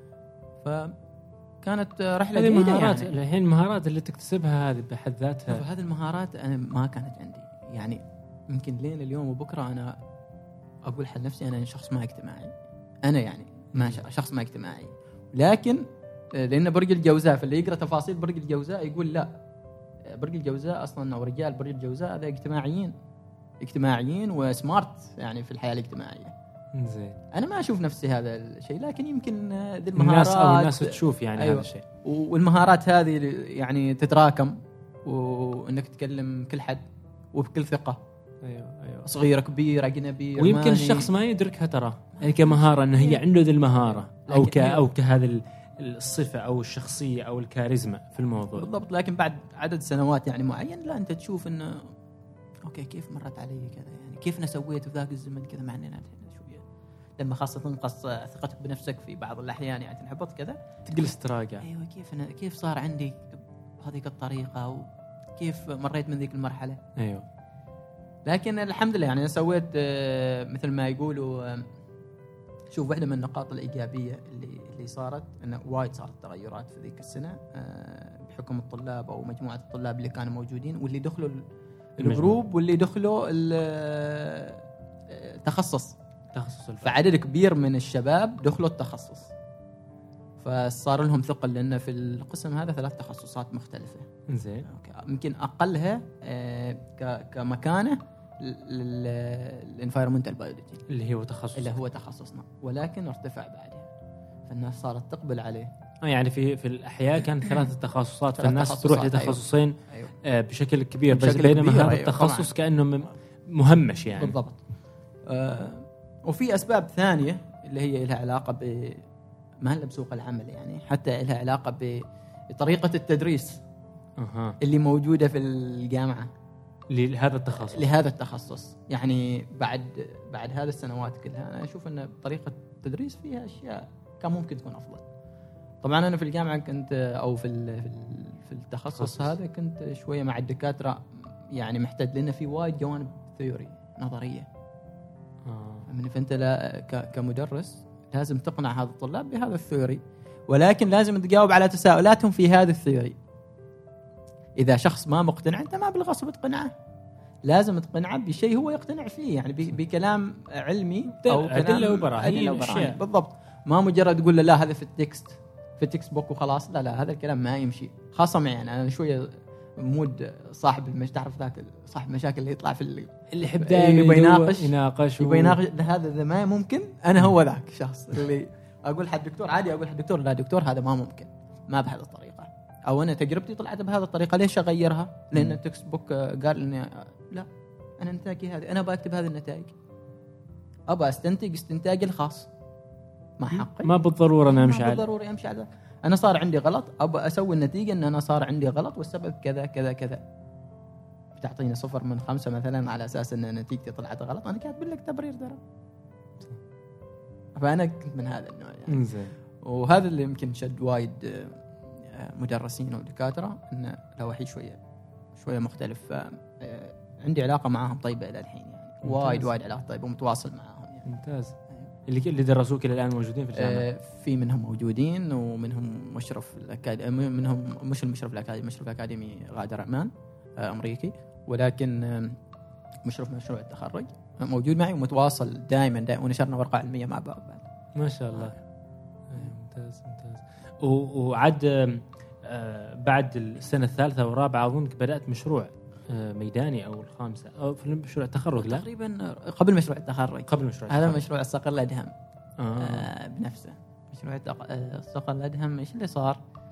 فكانت رحله هذه جديده مهارات يعني. الحين المهارات اللي تكتسبها هذه بحد ذاتها. هذه المهارات انا ما كانت عندي، يعني يمكن لين اليوم وبكره انا اقول حل نفسي انا شخص ما اجتماعي. انا يعني ما شخص ما اجتماعي، لكن لان برج الجوزاء، فاللي يقرا تفاصيل برج الجوزاء يقول لا، برج الجوزاء اصلا او رجال برج الجوزاء هذا اجتماعيين وسمارت يعني في الحياه الاجتماعيه. زين. انا ما اشوف نفسي هذا الشيء، لكن يمكن ذي المهارات الناس تشوف يعني. أيوة. هذا الشيء، والمهارات هذه يعني تتراكم، وانك تكلم كل حد وبكل ثقه. ايوه. صغير كبير اجنبي، ويمكن الشخص ما يدركها ترى يعني كمهاره انه هي عنده ذي المهاره او كهذا الصفه او الشخصيه او الكاريزما في الموضوع. بالضبط. لكن بعد عدد سنوات يعني معين، لا انت تشوف انه اوكي كيف مرت علي كذا، يعني كيف انا سويت في ذاك الزمن كذا، مع اننا شويه لما خاصه تنقص ثقتك بنفسك في بعض الاحيان، يعني تنحبط كذا تجلس تراجع. ايوه كيف صار عندي بهذيك الطريقه، وكيف مريت من ذيك المرحله. ايوه. لكن الحمد لله يعني انا سويت مثل ما يقولوا. شوف، واحدة من النقاط الإيجابية اللي صارت أنه وايد صارت تغيرات في ذيك السنة بحكم الطلاب أو مجموعة الطلاب اللي كانوا موجودين واللي دخلوا الجروب واللي دخلوا التخصص. فعدد كبير من الشباب دخلوا التخصص، فصار لهم ثقل لأن في القسم هذا 3 تخصصات مختلفة. زين. يمكن أقلها كمكانة الانفايرمنتال بيولوجي اللي هو تخصصنا، ولكن ارتفع بعدها، فالناس صارت تقبل عليه. يعني في الأحياء كان 3 تخصصات، فالناس تروح لتخصصين. أيوة. بشكل كبير، بس بينما هذا التخصص كأنه مهمش يعني. بالضبط. وفي أسباب ثانية اللي هي لها علاقة ما هلا بسوق العمل، يعني حتى لها علاقة بطريقة التدريس اللي موجودة في الجامعة لهذا التخصص. يعني بعد هذه السنوات كلها أنا أشوف أن طريقة التدريس فيها أشياء كان ممكن تكون أفضل. طبعا أنا في الجامعة كنت أو في التخصص هذا كنت شوية مع الدكاترة يعني محتاج، لأن في وايد جوانب ثيوري نظرية. فأنت كمدرس لازم تقنع هذا الطلاب بهذا الثيوري، ولكن لازم تجاوب على تساؤلاتهم في هذا الثيوري. إذا شخص ما مقتنع أنت ما بالغصب تقنعه، لازم تقنعه بشيء هو يقتنع فيه، يعني بكلام علمي أو أدلة وبراهين. بالضبط. ما مجرد تقول له لا هذا في التكست بوك وخلاص. لا هذا الكلام ما يمشي. خاصة معي أنا شوية مود صاحب صاحب مشاكل اللي يطلع في اللي يحب دائما يناقش هذا ما ممكن. أنا هو ذاك الشخص اللي أقول حد دكتور عادي، أقول حد دكتور لا دكتور هذا ما ممكن، ما بهذه الطريقة، أو أنا تجربتي طلعت بهذه الطريقة، ليش أغيرها؟ لأن التكست بوك قال إني لا، أنا نتاجي هذه، أنا بكتب هذه النتائج، أبغى أستنتج استنتاجي الخاص، ما حقي، ما بالضرورة أنا أمشي على أنا صار عندي غلط، أبغى أسوي النتيجة إن أنا صار عندي غلط والسبب كذا كذا كذا. بتعطيني 0 من 5 مثلا على أساس إن نتيجتي طلعت غلط، أنا كاتب لك تبرير درا. فأنا كنت من هذا النوع يعني. وهذا اللي يمكن شد وايد مدرسين ودكاترة إن الوحي شوية مختلف. عندي علاقة معاهم طيبة إلى الحين يعني، وايد علاقة طيبة ومتواصل معاهم يعني. ممتاز. اللي درسوك إلى الآن موجودين في الجامعة؟ في منهم موجودين، ومنهم مشرف الأكاديمي، منهم مش المشرف الأكاديمي، المشرف الأكاديمي غادر عمان أمريكي، ولكن مشرف مشروع التخرج موجود معي ومتواصل دائما ونشرنا ورقة علمية مع بعض بعد. ما شاء الله. ممتاز. وعد بعد السنة الثالثة والرابعة أظنك بدأت مشروع ميداني أو الخامسة أو في مشروع التخرج؟ لا تقريبا قبل مشروع التخرج. هذا مشروع الصقر الأدهم بنفسه. مشروع الصقر الأدهم إيش اللي صار؟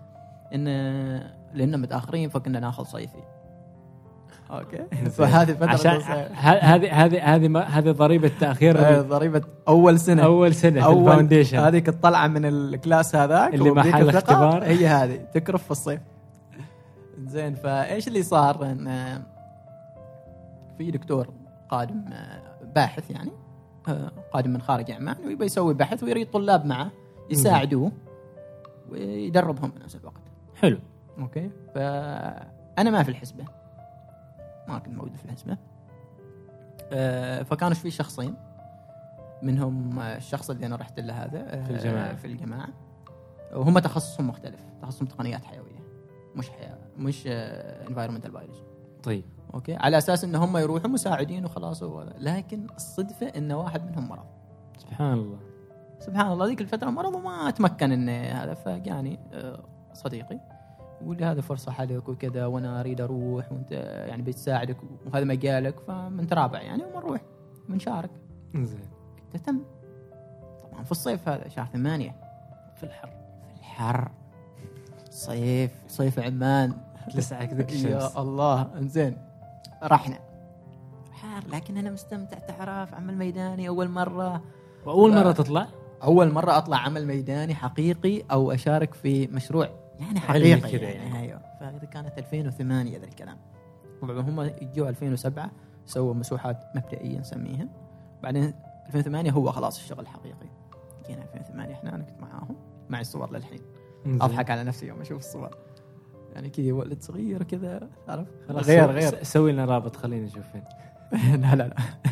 لأننا متأخرين فكنا ناخذ صيفي. اوكي. فهذه فتره هذه ضريبه تاخير، ضريبه اول سنه في الفاونديشن. هذيك الطلعه من الكلاس هذاك اللي محل اختبار، هي هذه تكرف في الصيف. زين، فايش اللي صار؟ ان في دكتور قادم باحث يعني قادم من خارج عمان ويبي يسوي بحث ويريد طلاب معه يساعدوه ويدربهم في نفس الوقت. حلو. اوكي. فانا ما في الحسبه، ما كنت موجود في الحسبة. فكانوا في شخصين، منهم الشخص اللي أنا رحت له هذا في الجماعة وهم تخصصهم مختلف، تخصصهم تقنيات حيوية مش environmental biology. طيب أوكي. على أساس إن هم يروحوا مساعدين وخلاص لكن الصدفة إن واحد منهم مرض. سبحان الله ذيك الفترة مرض وما أتمكن إن هذا. فجاني صديقي يقول لي هذا فرصة حلك وكذا وأنا أريد أروح وأنت يعني بتساعدك وهذا مجالك فمنترابع يعني ومنروح منشارك. زين. قلت تم. طبعا في الصيف هذا شهر 8 في الحر صيف عمان تلسعك ذيك الشمس. يا الله. إنزين رحنا حار لكن أنا مستمتع. تعرف عمل ميداني أول مرة تطلع أول مرة أطلع عمل ميداني حقيقي أو أشارك في مشروع يعني حقيقي كذا يعني. ايوه. فهذه كانت 2008 ذا الكلام. طبعا هم يجوا 2007 سووا مسوحات مبدئيه نسميها، بعدين 2008 هو خلاص الشغل الحقيقي. جينا 2008 احنا انا كنت معاهم، معي الصور للحين اضحك على نفسي يوم اشوف الصور يعني كذا ولد صغير كذا عارف. غير سوي لنا رابط خلينا نشوف فين. لا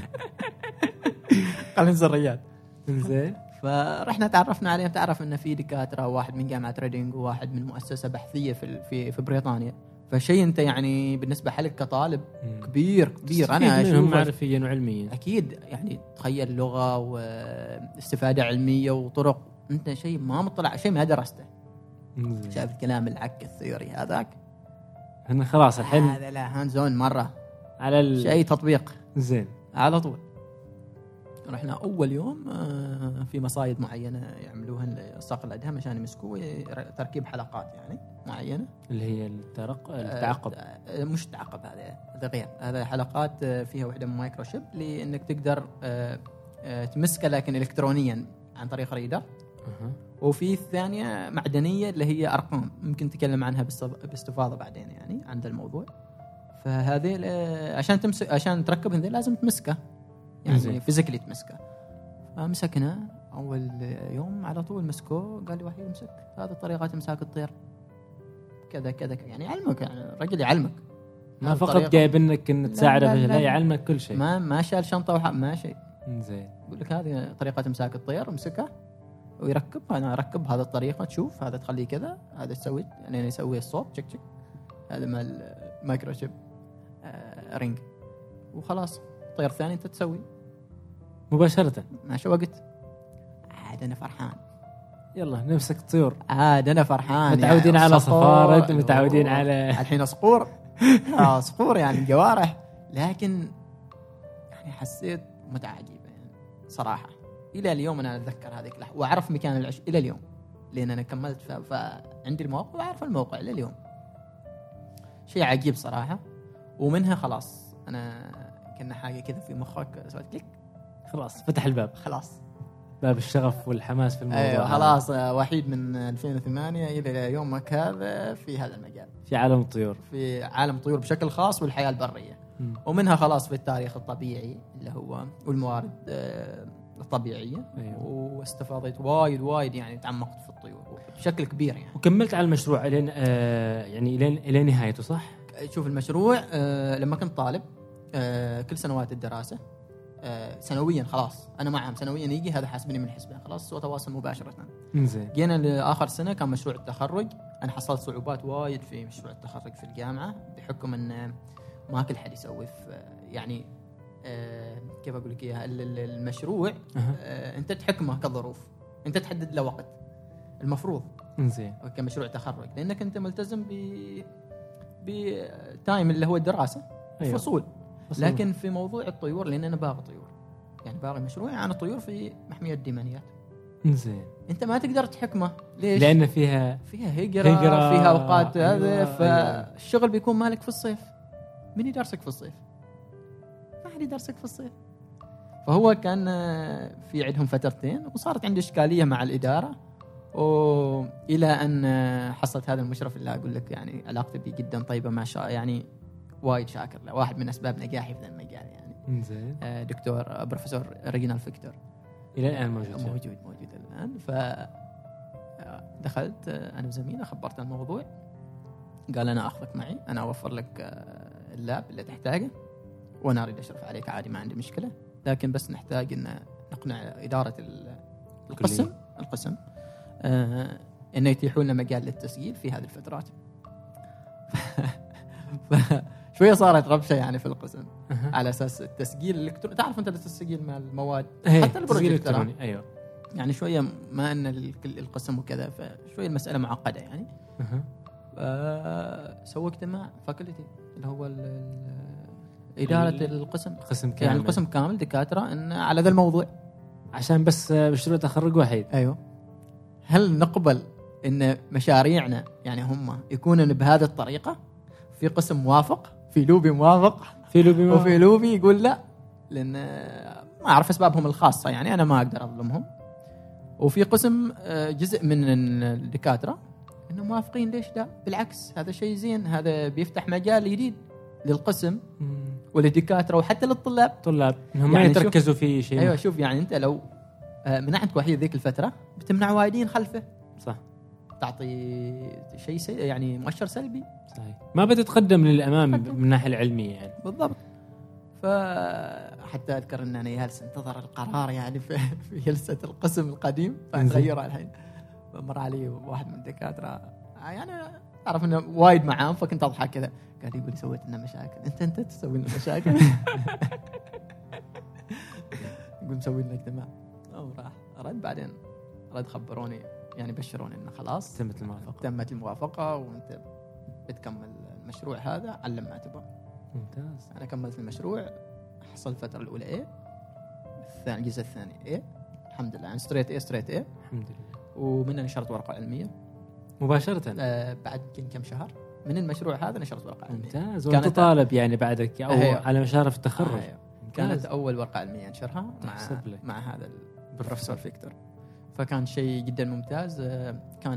خلينا نزريات. زين. فرحنا تعرفنا عليهم. تعرف ان في دكاتره، واحد من جامعه ريدينغ وواحد من مؤسسه بحثيه في بريطانيا. فشيء انت يعني بالنسبه حالك كطالب كبير انا اشوفه معرفيا وعلميا اكيد يعني. تخيل لغه واستفاده علميه وطرق انت شيء ما مطلع، شيء ما درسته. شايف الكلام العك الثيوري هذاك هن خلاص الحين هذا لا هاندزون مره على شيء تطبيق. زين. على طول رحنا أول يوم في مصايد معينة يعملوها الصقر الأدهم عشان يمسكوه، تركيب حلقات يعني معينة اللي هي التعقب. مش تعقب، هذا غير. هذا حلقات فيها وحدة من مايكروشيب لأنك تقدر تمسكه لكن إلكترونيا عن طريق ريدر. وفي الثانية معدنية اللي هي أرقام ممكن نتكلم عنها باستفاضة بعدين يعني عند الموضوع. فهذه عشان تمسك عشان تركبهم لازم تمسكه يعني فيزيكلي تمسكه. فمسكنا أول يوم على طول مسكوه قال لي وحيد امسك هذه طريقة امساك الطير كذا كذا يعني علمك يعني الرجل يعلمك ما فقط جايب انك ان تساعده لا يعلمك كل شيء. ما شال شنطة ما شيء. زين. يقول لك هذه طريقة امساك الطير امسكه ويركب. أنا أركب هذا الطريقة تشوف هذا تخليه كذا هذا تسوي يعني يسوي الصوت تشك تشك هذا مال مايكروشيب رينج وخلاص. الطير الثاني أنت تسوي مباشرة. ماشي وقت عاد أنا فرحان. يلا نمسك طيور. عاد أنا فرحان. متعودين يعني على صفارد متعودين على الحين صقور. صقور يعني جوارح. لكن يعني حسيت متعة عجيبة يعني صراحة. إلى اليوم أنا أتذكر هذه اللحظة وأعرف مكان العش إلى اليوم لأن أنا كملت فعندي الموقع وأعرف الموقع إلى اليوم. شيء عجيب صراحة. ومنها خلاص أنا كنا حاجة كذا في مخك سويت كليك خلاص فتح الباب. خلاص باب الشغف والحماس في الموضوع. أيوة خلاص وحيد من 2008 إلى يومك هذا في هذا المجال في عالم الطيور. في عالم الطيور بشكل خاص والحياة البرية. ومنها خلاص في التاريخ الطبيعي اللي هو والموارد طبيعية. أيوة. واستفاضيت وايد يعني تعمقت في الطيور بشكل كبير يعني. وكملت على المشروع لين يعني إلى نهايته صح؟ شوف المشروع لما كنت طالب كل سنوات الدراسة سنويا خلاص أنا معهم سنويا يجي هذا حاسبني من حسبة خلاص وتواصل مباشرة. إنزين. جينا لآخر سنة كان مشروع التخرج. أنا حصلت صعوبات وايد في مشروع التخرج في الجامعة بحكم أن ما كل حد يسوي يعني كيف أقول لك إياها المشروع أنت تحكمه كظروف أنت تحدد له وقت المفروض إنزين كمشروع تخرج لأنك أنت ملتزم بتايم اللي هو الدراسة. أيوة. فصول. لكن في موضوع الطيور لأن أنا باغي طيور يعني باغي مشروع عن الطيور في محمية الديمانيات. إنزين. أنت ما تقدر تحكمه ليش؟ لأن فيها هجرة فيها أوقات هذا فالشغل بيكون مالك في الصيف. من يدرسك في الصيف؟ ما حد يدرسك في الصيف. فهو كان في عندهم فترتين وصارت عندي إشكالية مع الإدارة وإلى أن حصلت هذا المشرف اللي أقول لك يعني علاقتي بيه جدا طيبة ما شاء يعني وايد شاكر له واحد من أسباب نجاحي في ذا المجال يعني. إنزين. دكتور بروفيسور ريجينال فيكتور إلى الآن موجود الآن. فدخلت أنا وزميلي خبرت الموضوع قال أنا أخذك معي أنا أوفر لك اللاب اللي تحتاجه وأنا أريد أشرف عليك عادي ما عندي مشكلة لكن بس نحتاج أن نقنع إدارة القسم أنه يتيحوا لنا مجال للتسجيل في هذه الفترات. شوية صارت ربشة يعني في القسم على أساس التسجيل الإلكتروني. تعرف أنت التسجيل مع المواد حتى البروجكت أيوة. يعني شوية ما أن القسم وكذا فشوية المسألة معقدة يعني. سووا اجتماع فاكولتي اللي هو إدارة القسم كامل. يعني القسم كامل دكاترة إن على ذا الموضوع عشان بس مشروع تخرج وحيد. أيوه. هل نقبل إن مشاريعنا يعني هم يكونون بهذه الطريقة؟ في قسم موافق في لوبي موافق وفي لوبي يقول لا لأن ما أعرف أسبابهم الخاصة يعني أنا ما أقدر أظلمهم. وفي قسم جزء من الدكاترة إنه موافقين ليش لا بالعكس هذا شيء زين هذا بيفتح مجال جديد للقسم وللدكاترة وحتى للطلاب هم يعني يتركزوا في شيء. أيوة شوف يعني أنت لو منعت وحيد ذيك الفترة بتمنع وايدين خلفه صح تعطي شيء يعني مؤشر سلبي صحيح ما بتتقدم للأمام من الناحية العلمية يعني بالضبط. فحتى أذكر أن أنا جالس انتظر القرار يعني في جلسة القسم القديم فنغيره الحين مر علي واحد من الدكاترة يعني أعرف أنه وايد معام فكنت أضحك كذا قال يقول سويت لنا مشاكل أنت تسوي لنا مشاكل يقول مسوي لنا اجتماع راح رد بعدين خبروني يعني بشروني إنه خلاص تمت الموافقة وأنت بتكمل المشروع هذا علم ما تبغى. ممتاز. أنا كملت المشروع حصل الفترة الأولى الجزء الثاني الحمد لله يعني ستريت A الحمد لله. ومنها نشرت ورقة علمية مباشرة بعد كم شهر من المشرووع هذا نشرت ورقة علمية. ممتاز. وأنت طالب يعني بعدك أو على مشارف التخرج. كانت أول ورقة علمية أنشرها مع هذا البروفيسور فيكتور فكان شيء جدا ممتاز. كان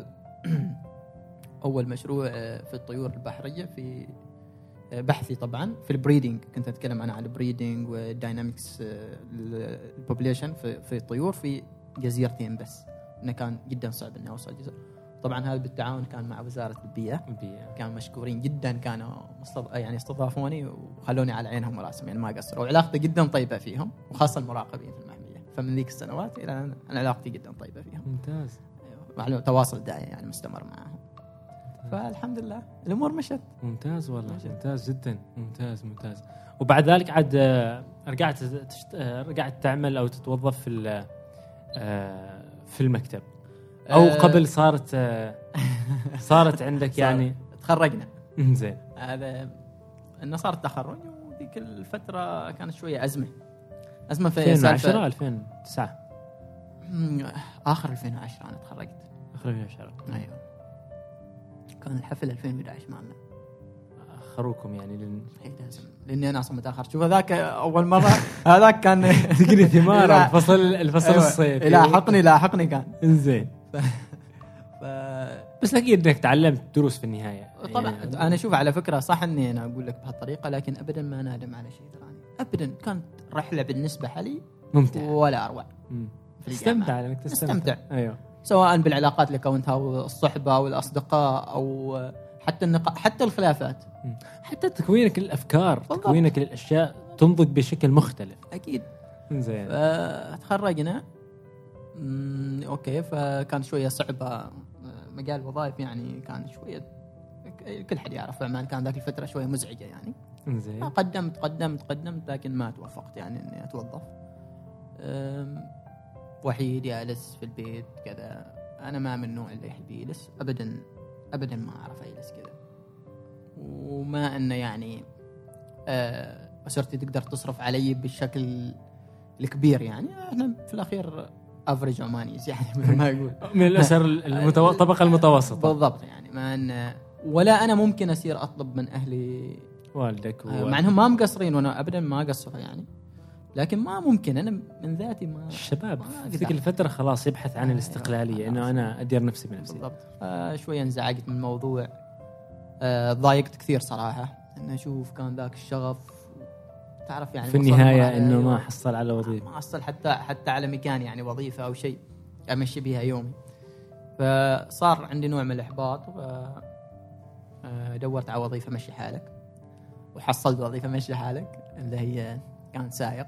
أول مشروع في الطيور البحرية في بحثي طبعا في البريدينج كنت أتكلم أنا عن البريدينج والداينامكس البوبوليشن في الطيور في جزيرتين بس إنه كان جدا صعب إنه أوصل جزر. طبعا هذا بالتعاون كان مع وزارة البيئة كانوا مشكورين جدا كانوا يعني استضافوني وخلوني على عينهم وراسهم يعني ما قصروا وعلاقتي جدا طيبة فيهم وخاصة المراقبين في المحمية. فمن ذيك السنوات إلى الآن أنا علاقتي جدا طيبة فيهم. ممتاز. مع تواصل دائم يعني مستمر معهم. فالحمد لله الأمور مشت. ممتاز والله مشت. ممتاز جدا ممتاز. وبعد ذلك عاد رجعت تعمل أو تتوظف في المكتب أو قبل صارت عندك يعني تخرجنا. زين. هذا إنه صار التخرج وذيك الفترة كانت شوية أزمة في 2010 2009 آخر 2010 أنا تخرجت. آخر 2010 أيوه كان الحفل 2011 معنا. أخروكم يعني لأني أنا أصلا متأخر. شوف ذاك أول مرة هذاك كان تقري ثمار الفصل الصيفي. لاحقني كان. إنزين. بس أكيد إنك تعلمت دروس في النهاية. طبعا يعني أنا شوف على فكرة صح إني أنا أقول لك بهالطريقة لكن أبدا ما نادم على شيء ثاني أبدا. كانت رحلة بالنسبة لي ممتع ولا اروع. تستمتع انك تستمتع. ايوه، سواء بالعلاقات اللي كونتها والصحبه والاصدقاء او حتى الخلافات، حتى تكوينك للافكار، تكوينك للاشياء تنضج بشكل مختلف. اكيد. زين. تخرجنا اوكي، فكان شويه صعبه مجال الوظائف، يعني كان شويه كل حد يعرف عمان كان ذاك الفتره شويه مزعجه يعني. زين. قدمت لكن ما توفقت يعني اني اتوظف. وحيد جالس في البيت كذا. انا ما من النوع اللي يحب يجلس ابدا، ما اعرف اجلس كذا. وما انه يعني اسرتي تقدر تصرف علي بالشكل الكبير، يعني احنا في الاخير افريج عمانيز يعني مثل ما يقول، من الاسر الطبقه المتوسطه بالضبط. يعني ما أن ولا انا ممكن اسير اطلب من اهلي والدك مع انهم ما مقصرين، وانا ابدا ما قصروا يعني، لكن ما ممكن انا من ذاتي ما. الشباب في ذيك الفتره خلاص يبحث عن الاستقلاليه، انه انا ادير نفسي بنفسي. بالضبط. شويه انزعجت من الموضوع، ضايقت كثير صراحه، انه اشوف كان ذاك الشغف، تعرف يعني في النهايه انه ما حصل على وظيفه، ما حصل حتى على مكان يعني وظيفه او شيء امشي بها يومي. فصار عندي نوع من الاحباط، دورت على وظيفه مشي حالك، وحصلت وظيفه مشي حالك اللي هي كان سائق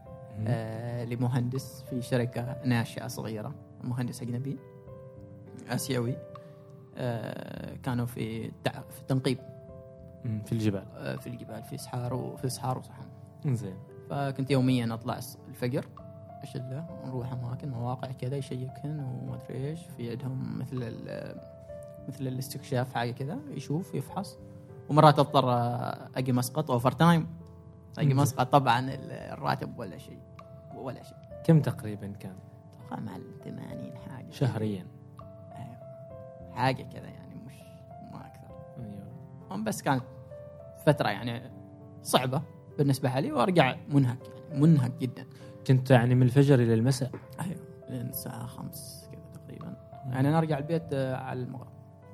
لمهندس في شركه ناشئه صغيره، مهندس اجنبي اسيوي. كانوا في التنقيب في الجبال، في سحار وصحن. زين. فكنت يوميا اطلع الفجر اشله ونروح اماكن مواقع كذا يشيكن وما ادري ايش، في عندهم مثل الاستكشاف حاجه كذا، يشوف يفحص. ومرات اضطر اجي مسقط اوفر تايم، اجي مسقط طبعا الراتب ولا شيء. كم تقريبا كان؟ مع 80 حاجه شهريا. ايوه حاجه كذا يعني، مش ما اكثر. ايوه. بس كانت فتره يعني صعبه بالنسبه لي، وارجع منهك جدا. كنت يعني من الفجر الى المساء؟ ايوه لين الساعه 5 كذا تقريبا. يعني انا ارجع البيت على المغرب.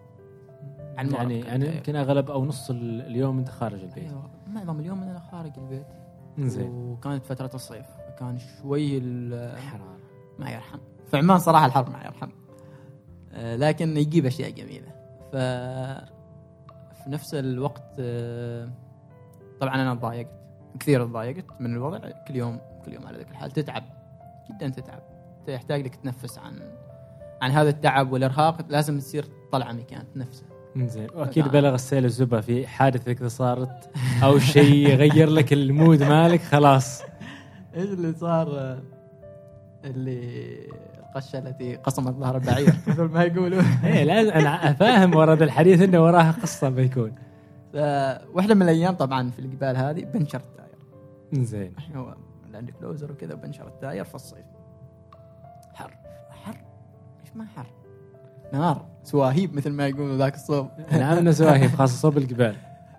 يعني يمكن اغلب او نص اليوم انت خارج البيت. ايوه معظم اليوم انا خارج البيت. زين. وكانت فتره الصيف، كان شوي الحراره ما يرحم في عمان صراحه، الحر ما يرحم، لكن يجيب اشياء جميله. في نفس الوقت طبعا انا ضايقت من الوضع. كل يوم على ذاك الحال، تتعب جدا، تحتاج لك تنفس عن هذا التعب والارهاق، لازم تصير طلعه مكان تنفسه. زين. واكيد بلغ السيل الزبا في حادثك اذا صارت او شيء يغير لك المود مالك خلاص. ايش اللي صار؟ اللي القشه التي قصمت ظهر البعير مثل ما يقولوا. ايه لازم انا فاهم ورد الحديث انه وراها قصه بيكون. واحده من الايام طبعا في الجبال هذه بنشر التاير. زين. هو عندي كلوزر وكذا، بنشر التاير في الصيف. حر ايش ما حر، نار سواهيب مثل ما يقولوا ذاك الصوب. نعم سواهيب خاصه صوب الجبال.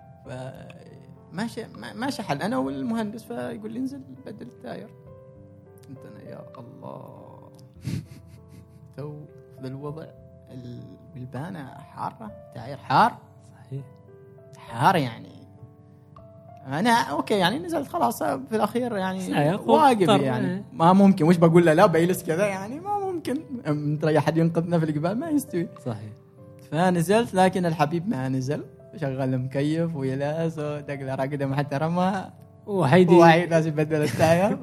ماشي حل انا والمهندس، فيقول لي انزل بدل التاير. انت أنا يا الله تو ذا الوضع بالبانه حاره، تاير حار صحيح، حار يعني. انا اوكي يعني نزلت خلاص في الاخير يعني واقف يعني ما ممكن، وش بقول له لا بيلس كذا يعني ما ممكن، ترى احد ينقذنا في الجبال ما يستوي. صحيح. فنزلت، لكن الحبيب ما نزل، شغل المكيف ويلاس ودقله راقده محترمه، وحيد لازم يبدل التاير.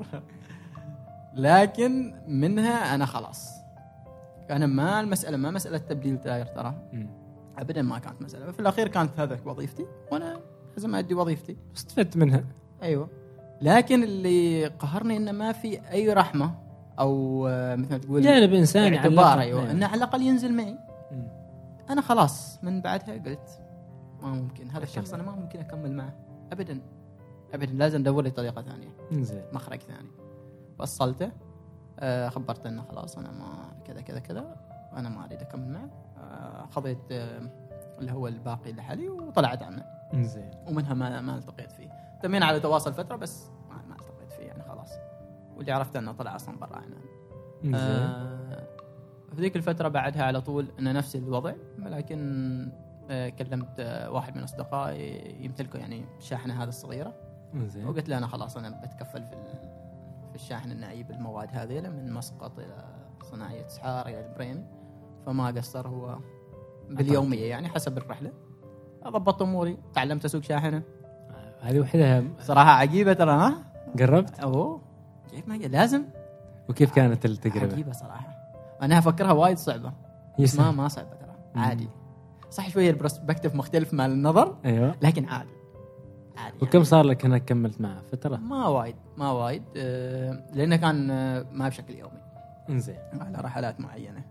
لكن منها انا خلاص، انا ما المساله ما مساله تبديل تاير، ترى ابدا ما كانت مساله. في الاخير كانت هذا وظيفتي، وانا لازم ادي وظيفتي، استفدت منها. ايوه. لكن اللي قهرني انه ما في اي رحمه او مثل ما تقول جانب انساني اعتبار. ايوه انه على الاقل ينزل معي. انا خلاص من بعدها قلت ما ممكن هذا الشخص، انا ما ممكن اكمل معه ابدا، لازم ادور لي طريقه ثانيه، مخرج ثاني. وصلته، خبرته انه خلاص انا ما كذا انا ما اريد اكمل معه. خذيت اللي هو الباقي لحالي وطلعت عنه. زين. ومنها ما التقيت فيه، تمين على تواصل فتره بس ما التقيت فيه يعني خلاص. واللي عرفت انه طلع اصلا برا عنه. في ذيك الفتره بعدها على طول انه نفس الوضع، لكن كلمت واحد من اصدقائي يمتلكوا يعني شاحنه هذه الصغيره. وقلت له انا خلاص انا بتكفل في في الشاحن إنه أجيب المواد هذه من مسقط إلى صناعية سحار إلى البريمي. فما قصر هو باليومية يعني حسب الرحلة. أضبط أموري، تعلمت أسوق شاحنة. هذه وحدها صراحة عجيبة ترى. ها قربت؟ كيف ما لازم. وكيف كانت التجربة؟ عجيبة صراحة. أنا أفكرها وايد صعبة. ما صعبة ترى، عادي. صح شوية البرسبكتيف مختلف مع النظر. أيوة. لكن عادي. وكم يعني صار لك هناك كملت معه فترة؟ ما وايد لأنه كان ما بشكل يومي. إنزين. على رحلات معينة.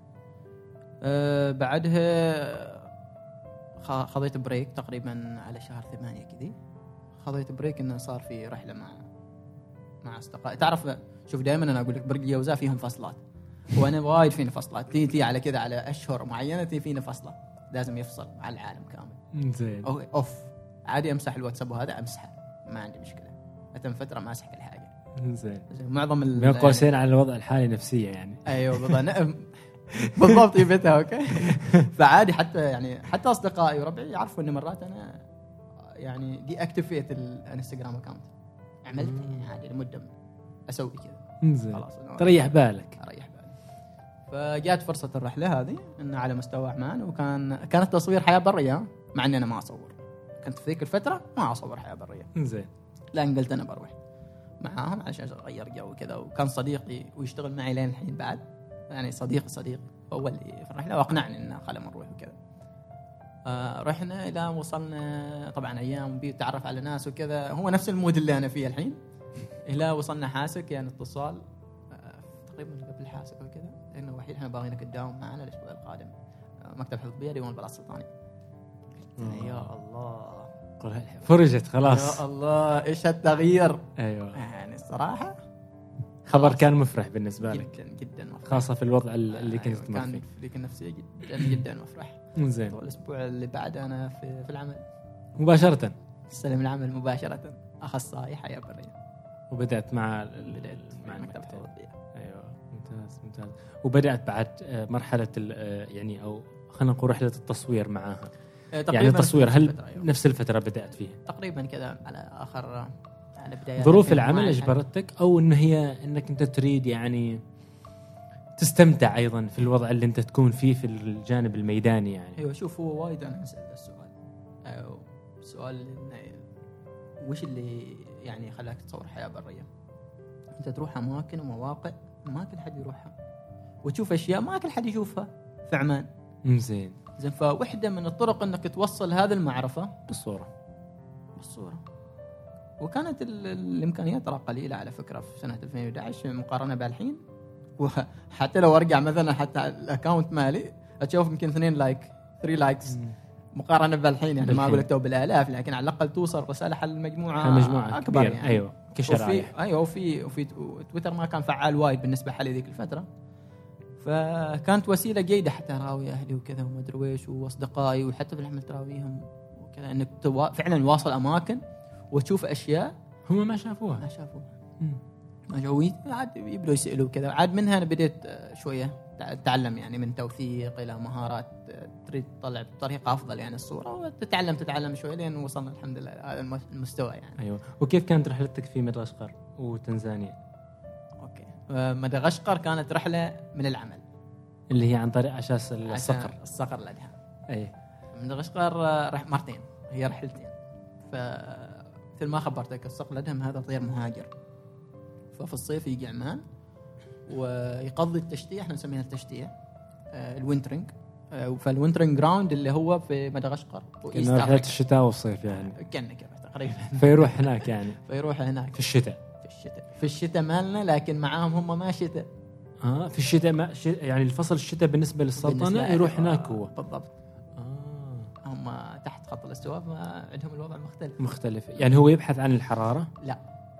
بعدها خذيت بريك تقريبا على شهر 8 كذي. خذيت بريك إنه صار في رحلة مع أصدقائي. تعرف شوف دائما أنا أقول لك برج الجوزاء فيهم فصلات، وأنا وايد فيني فصلات. تي على كذا على أشهر معينة تي فيني فصلة لازم يفصل على العالم كامل. زين. أوف عادي أمسح الواتساب وهذا أمسحه ما عندي مشكلة. أتم فترة ما أسحب الحاجة. زين. معظم بين قوسين على الوضع الحالي نفسية يعني. أيوة بالضبط يبتها أوكي. فعادي حتى أصدقائي وربعي يعرفوا إن مرات أنا يعني دي أكتيفيت الانستغرام أكاونت. عملت عادي لمدة أسوي كذا. زين. خلاص تريح بالك. فجاءت فرصة الرحلة هذه إن على مستوى عمان، كانت تصوير حياة برية، مع إني أنا ما أصور. كنت في ذيك الفترة ما أصور حياة برية. زين. لأن قلت أنا بروح معاهم عشان أغير جو كذا. وكان صديقي ويشتغل معي لين الحين بعد، يعني صديق هو اللي في الرحلة وأقنعني إن خلنا نروح وكذا. رحنا إلى وصلنا طبعا أيام بيتعرف على ناس وكذا. هو نفس المود اللي أنا فيه الحين. إلى وصلنا حاسك يعني اتصال تقريبا قبل حاسك وكذا، لأنه وحيد إحنا باغينك تداوم معنا الأسبوع القادم مكتب حفظ بيئة ديوان البلاط السلطاني. يا الله فرجت خلاص. يا الله إيش هالتغيير. أيوة. يعني الصراحة خبر كان مفرح بالنسبة لك جدا مفرح. خاصة في الوضع اللي كنت تمر فيه. كان في ذيك النفسية جدا مفرح. زين. والأسبوع اللي بعده أنا في العمل مباشرة. استلم العمل مباشرة، أخصائي حياة برية. وبدأت مع مكتب حفظ البيئة. أيوة ممتاز. وبدأت بعد مرحلة يعني أو خلينا نقول رحلة التصوير معاها. يعني التصوير هل نفس الفترة بدأت فيها؟ تقريبا كذا على آخر على بداية. ظروف العمل أجبرتك أو إنك أنت تريد يعني تستمتع أيضا في الوضع اللي أنت تكون فيه في الجانب الميداني يعني؟ أيوة شوف هو وايد أنا أسأل السؤال. أيوة سؤال وش اللي يعني خلاك تصور حياة برية؟ أنت تروح أماكن ومواقع ما كل حد يروحها، وتشوف أشياء ما كل حد يشوفها في عمان. زين. فوحدة من الطرق أنك توصل هذه المعرفة بالصورة. وكانت الإمكانيات ترى قليلة على فكرة في سنة 2011 مقارنة بالحين. وحتى لو أرجع مثلا حتى الأكاونت مالي أشوف يمكن 3 لايكس مقارنة بالحين. يعني ما أقول لك تو بالآلاف، لكن على الأقل توصل رسالة حل المجموعة أكبر يعني. أيوة كشرايح. وفي تويتر ما كان فعال وايد بالنسبة حالي ذيك الفترة. فكانت وسيلة جيدة حتى أراوي أهلي وكذا وما أدري ويش وأصدقائي، وحتى في العمل تراويهم وكذا، إنك فعلا واصل أماكن وتشوف أشياء هم ما شافوها. عاد يبدوا يسألوا كذا. عاد منها أنا بديت شوية أتعلم يعني من توثيق إلى مهارات تريد تطلع بطريقة أفضل يعني الصورة، وتتعلم شوية لين وصلنا الحمد لله هذا المستوى يعني. أيوة. وكيف كانت رحلتك في مدغشقر وتنزانيا؟ أوكي. مدغشقر كانت رحلة من العمل اللي هي عن طريق أساس الصقر الأدهم. أي. مدغشقر رح مرتين، هي رحلتين. فمثل ما خبرتك الصقر الأدهم هذا طير مهاجر، ففي الصيف يجي عمان ويقضي التشتية. احنا نسميها التشتية الوينترينج. فالوينترينج جراوند اللي هو في مدغشقر كأنه رحلة الشتاء والصيف يعني. كأنه كذا تقريبا. فيروح هناك يعني. فيروح هناك في الشتاء مالنا، لكن معاهم هم ما شتاء. في الشتاء ما يعني الفصل الشتاء بالنسبة للسلطنة يروح هناك هو. بالضبط. هم تحت خط الاستواء ما عندهم الوضع مختلف. يعني هو يبحث عن الحرارة؟ لا.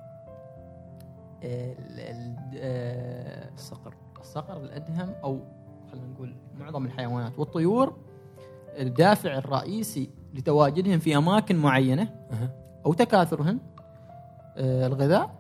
الصقر الأدهم أو خلينا نقول معظم الحيوانات والطيور الدافع الرئيسي لتواجدهم في أماكن معينة أو تكاثرهم الغذاء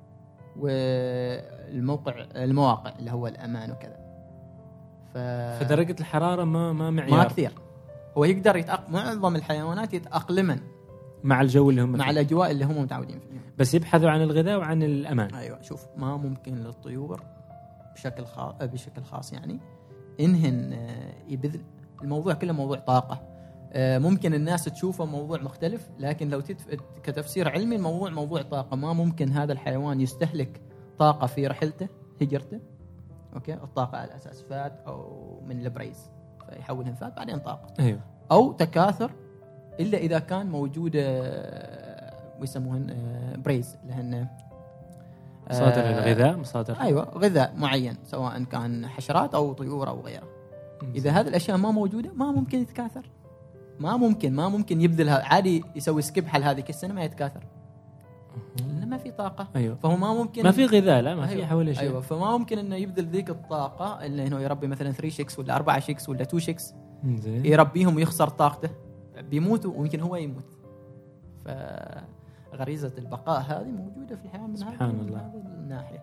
والمواقع اللي هو الأمان وكذا. فدرجة الحرارة ما معيار، ما كثير. هو يقدر معظم الحيوانات مع الجو اللي هم مع فيه. الأجواء اللي هم متعودين فيها. بس يبحثوا عن الغذاء وعن الأمان. أيوة شوف، ما ممكن للطيور بشكل خاص يعني إنهن يبذل الموضوع كله موضوع طاقة. ممكن الناس تشوفه موضوع مختلف، لكن لو كتفسير علمي الموضوع موضوع طاقة. ما ممكن هذا الحيوان يستهلك طاقة في رحلته هجرته، أوكي، الطاقة على أساس فات أو من البريز فيحولهم فات بعدين طاقة، أيوة. أو تكاثر، إلا إذا كان موجود ويسموهن بريز اللي هن مصادر الغذاء، مصادر أيوة غذاء معين سواء كان حشرات أو طيور أو غيره. إذا هذه الأشياء ما موجودة ما ممكن يتكاثر، ما ممكن يبذلها عادي، يسوي سكيب حل هذه السنة ما يتكاثر لأنه ما في طاقة. أيوة. فهو ما ممكن، ما في غذاء، لا ما أيوة. في حوله شيء. أيوة، فما ممكن إنه يبذل ذيك الطاقة اللي إنه يربي مثلا 3 شيكس ولا 4 شيكس ولا 2 شيكس يربيهم ويخسر طاقته، بيموتوا ويمكن هو يموت. فغريزة البقاء هذه موجودة في الحيوان من هذه الناحية.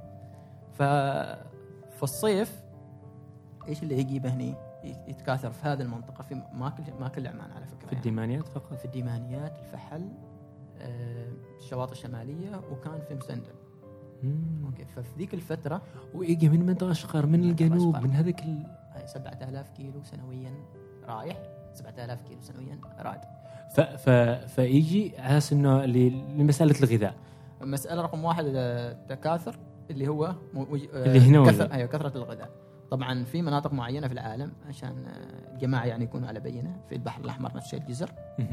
فالصيف إيش اللي يجيبه هني يتكاثر في هذه المنطقة، في ما كل عمان على فكرة، في الديمانيات فقط، في الديمانيات، الفحل، الشواطئ الشمالية، وكان في مسندل. اوكي، ففي ذيك الفترة ويجي من مدغشقر، من الجنوب، من هذيك 7000 كيلو سنويا رايح، 7000 كيلو سنويا راد. فيجي حاس انه لمسألة الغذاء. مسألة رقم 1 التكاثر اللي هو اللي هنا كثرة الغذاء. طبعا في مناطق معينة في العالم عشان الجماعة يعني يكونوا على بينة، في البحر الأحمر نفس الشيء الجزر،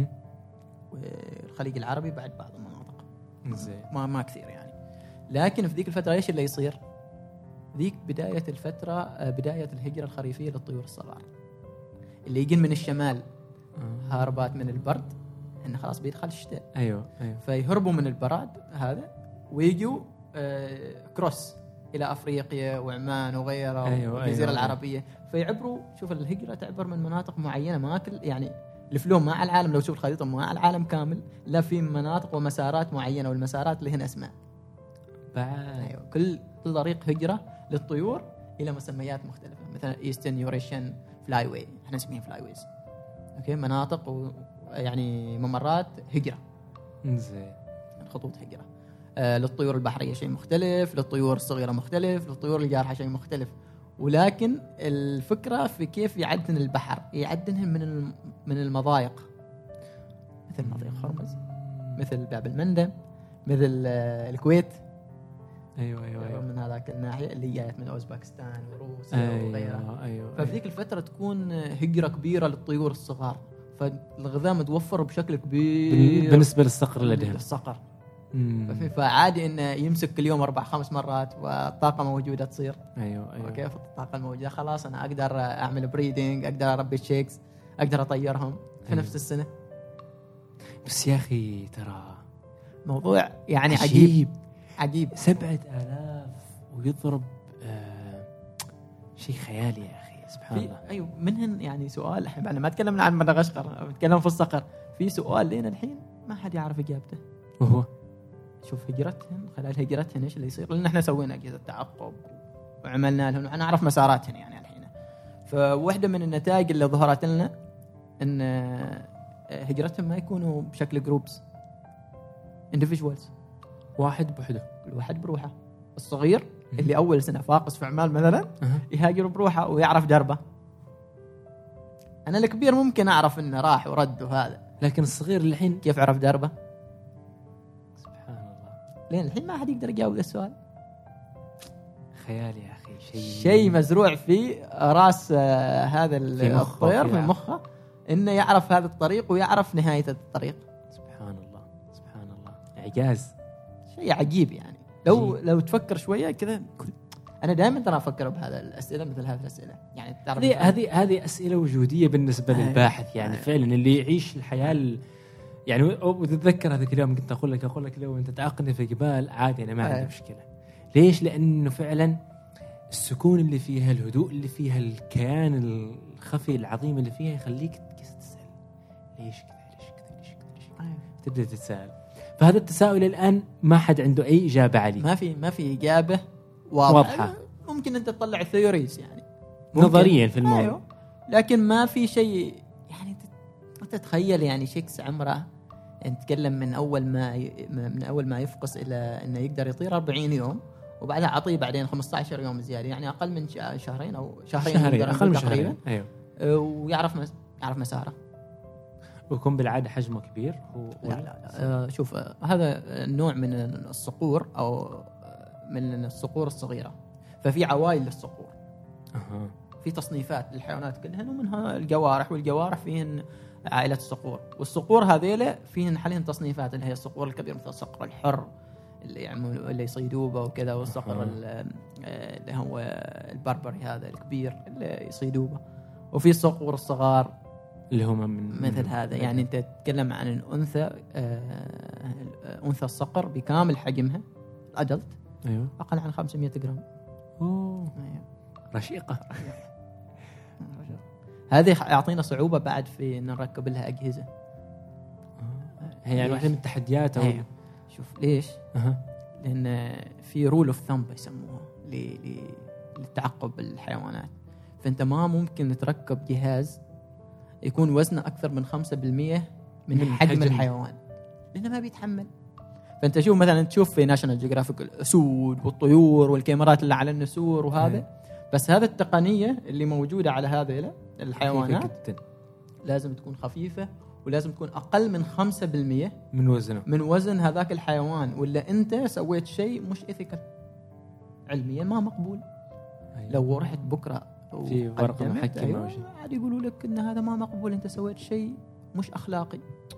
والخليج العربي بعد بعض المناطق ما كثير يعني. لكن في ذيك الفترة ايش اللي يصير؟ ذيك بداية الفترة بداية الهجرة الخريفية للطيور الصغار اللي يجين من الشمال هاربات من البرد، إنه خلاص بيدخل الشتاء. أيوة. فيهربوا من البراد هذا ويجوا كروس إلى أفريقيا وعمان وغيرها والجزيرة العربية. فيعبروا، شوف الهجرة تعبر من مناطق معينة، ما كل يعني الفلوم مع العالم، لو تشوف الخريطة مع العالم كامل، لا في مناطق ومسارات معينة، والمسارات اللي هنا أسماء أيوة. كل طريق هجرة للطيور إلى مسميات مختلفة، مثلا إيسترن يوريشن فلاي واي، احنا نسميها فلاي ويز، أوكي، مناطق يعني ممرات هجرة، زين، خطوط هجرة. للطيور البحرية شيء مختلف، للطيور الصغيرة مختلف، للطيور الجارحة شيء مختلف. ولكن الفكرة في كيف يعدن البحر، يعدنهم من المضايق، مثل مضيق هرمز، مثل باب المندب، مثل الكويت. أيوة. من هذاك الناحية اللي جايت من أوزباكستان وروسيا وغيرها. أيوة. ففي ذيك الفترة تكون هجرة كبيرة للطيور الصغار، فالغذاء متوفر بشكل كبير بالنسبة للصقر لديهم. الصقر فعادي إنه يمسك كل يوم 4-5 مرات، والطاقة موجودة تصير. أيوة. وكيف الطاقة الموجودة خلاص أنا أقدر أعمل بريدينج، أقدر أربي الشيكس، أقدر أطيرهم في نفس السنة. بس يا أخي ترى موضوع يعني عجيب 7000 ويضرب شيء خيالي يا أخي، سبحان الله. أيوة، منهن يعني سؤال، إحنا ما تكلمنا عن مدغشقر، بنتكلم في الصقر. في سؤال لين الحين ما حد يعرف إجابته، وهو شوف هجرتهن، خلال هجرتهن إيش اللي يصير، لأن إحنا سوينا أجهزة تعقب وعملنا لهم، وأنا أعرف مساراتهن يعني الحين. فواحدة من النتائج اللي ظهرت لنا إن هجرتهم ما يكونوا بشكل جروبس، individuals، واحد بوحده، كل واحد بروحه. الصغير اللي أول سنة فاقس في أعمال مثلا يهاجر بروحه ويعرف دربه. أنا الكبير ممكن أعرف إنه راح ورد وهذا، لكن الصغير الحين كيف عرف دربه؟ سبحان الله، لين الحين ما حد يقدر يجاوب السؤال. خيال يا أخي، شيء مزروع في راس هذا الطير في مخه، إنه يعرف هذا الطريق ويعرف نهاية الطريق. سبحان الله، إعجاز، شيء عجيب يعني. لو تفكر شوية كذا، أنا دائما ترى أفكر بهذا الأسئلة، مثل هذه الأسئلة يعني. هذه أسئلة وجودية بالنسبة للباحث يعني. فعلا اللي يعيش الحياة يعني. وتتذكر هذاك اليوم كنت أقول لك لو أنت تعاقني في جبال عادي، أنا ما عندي مشكلة. ليش؟ لأنه فعلا السكون اللي فيها، الهدوء اللي فيها، الكيان الخفي العظيم اللي فيها يخليك تسأل ليش كذا. تبدأ تتساءل. فهذا التساؤل الآن ما حد عنده أي إجابة عليه، ما في إجابة واضحة. ممكن أنت تطلع ثيوريز يعني نظريا في الموضوع. أيوه. لكن ما في شيء يعني تتخيل يعني شيكس عمره نتكلم من أول ما يفقس إلى إنه يقدر يطير 40 يوم، وبعدها أعطيه بعدين 15 يوم زيادة، يعني أقل من شهرين أو شهرين أقل من شهرين. أيوه. ويعرف مساره. ويكون بالعادة حجمه كبير. لا. شوف، هذا النوع من الصقور أو من الصقور الصغيرة، ففي عوائل للصقور. في تصنيفات للحيوانات كلهن، ومنها الجوارح، والجوارح فيهن عائلة الصقور، والصقور هذيله فيهن حاليا تصنيفات اللي هي الصقور الكبير مثل الصقر الحر اللي يصيدوه وكذا، والصقر اللي هو البربري هذا الكبير اللي يصيدوه، وفي الصقور الصغار اللي هم من مثل هذا. يعني انت تتكلم عن الانثى، انثى الصقر بكامل حجمها الادلت، ايوه، اقل عن 500 جرام. اوه، رشيقه. هذه يعطينا صعوبه بعد في ان نركب لها اجهزه. هي يعني واحده من التحديات. شوف ليش؟ لان في رول اوف ثامب يسموها للتعقب بالحيوانات. فانت ما ممكن تركب جهاز يكون وزنه اكثر من 5% من حجم الحيوان، لانه ما بيتحمل. فانت شوف مثلا، تشوف في ناشونال جيوغرافيك الاسود والطيور والكاميرات اللي على النسور وهذا، بس هذا التقنيه اللي موجوده على هذه الحيوانات لازم تكون خفيفه، ولازم تكون اقل من 5% من وزن هذاك الحيوان، ولا انت سويت شيء مش ايثيكال علميا، ما مقبول. لو رحت بكره في ورقه محكمه او شيء، عاد يقولوا لك ان هذا ما مقبول، انت سويت شيء مش اخلاقي،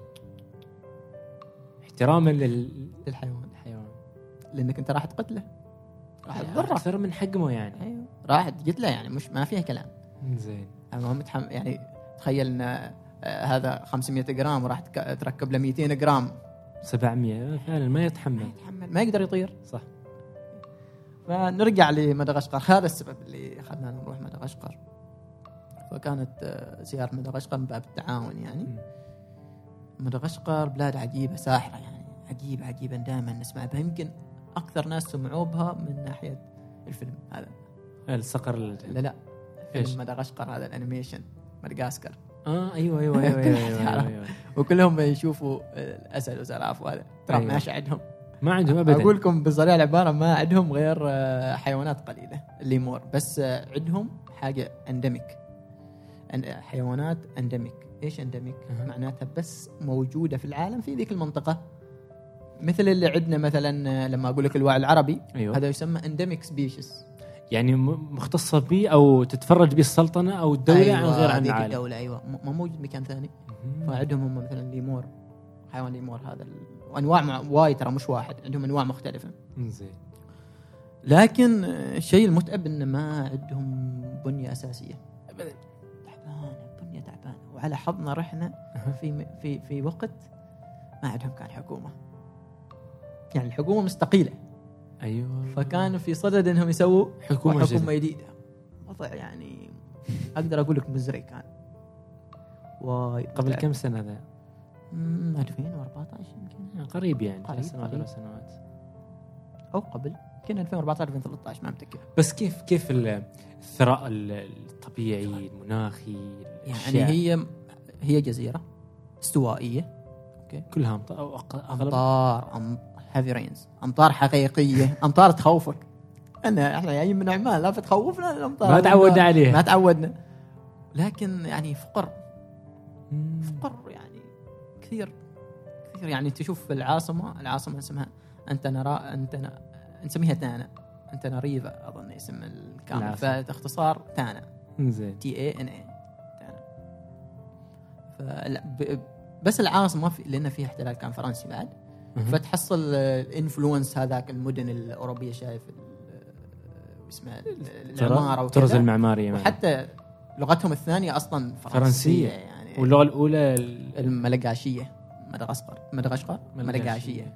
احتراما للحيوان، لانك انت راح تقتله، راح تضره اكثر من حجمه يعني. ايوه، راح تقتله يعني، مش ما فيها كلام. زين. انا يعني تخيل ان هذا 500 جرام وراح تركب له 200 جرام 700، فعلا ما يتحمل، ما يقدر يطير. صح. فنرجع لمدغشقر، هذا السبب اللي خلنا نروح مدغشقر. فكانت زيارة مدغشقر من باب التعاون يعني. مدغشقر بلاد عجيبة ساحرة يعني، عجيبة دائما نسمع بها. يمكن أكثر ناس سمعوا بها من ناحية الفيلم هذا، الصقر. لا فيلم مدغشقر هذا الأنيميشن، مدغاسكر. أيوة. وكلهم يشوفوا الأسد وزراف وهذا، ترى ماشي عندهم، ما عندهم أبدا. أقول لكم بصريح العبارة، ما عندهم غير حيوانات قليلة الليمور، بس عندهم حاجة انديميك، حيوانات انديميك. ايش انديميك؟ معناتها بس موجودة في العالم في ذيك المنطقة، مثل اللي عندنا مثلا لما أقول لك الوعي العربي. أيوة. هذا يسمى انديميك سبيشيس، يعني مختصة به أو تتفرج به السلطنة أو الدولة. أيوة، عن غير عن العالم. الدولة أيوة، ما موجود مكان ثاني. فعندهم هم مثلا ليمور، حيوان ليمور هذا، وأنواع وايد ترى، مش واحد، عندهم أنواع مختلفة. زين. لكن الشيء المتعب إن ما عندهم بنية أساسية، بنية تعبانة. وعلى حظنا رحنا في وقت ما عندهم كان حكومة، يعني الحكومة مستقيلة. أيوة. فكانوا في صدد إنهم يسووا حكومة جديدة. وضع يعني أقدر أقول لك مزري كان. قبل كم سنة ذا؟ 2014 يمكن، قريب يعني، 3 سنوات أو قبل، يمكن 2014 2013 ما متذكر. بس كيف الثراء الطبيعي المناخي يعني؟ هي جزيرة استوائية، أوكي، كلها أمطار هافي رينز، أمطار حقيقية، أمطار تخوفك. احنا جايين من عمان، لا بتخوفنا الأمطار، ما تعودنا عليها، ما تعودنا. لكن يعني فقر يعني كثير يعني. تشوف العاصمة اسمها نسميها تانا، أنتاناريفا أظن اسم الكامل، فاختصار تانا. زين. TANA تانا. بس العاصمة لأن فيها احتلال كان فرنسي بعد، فتحصل الانفلونس هذاك المدن الأوروبية، شايف اسمها العمارة والطرز المعمارية، وحتى لغتهم الثانية أصلا فرنسية يعني. واللغة الأولى الملغاشية، مدغشقر ملغاشية.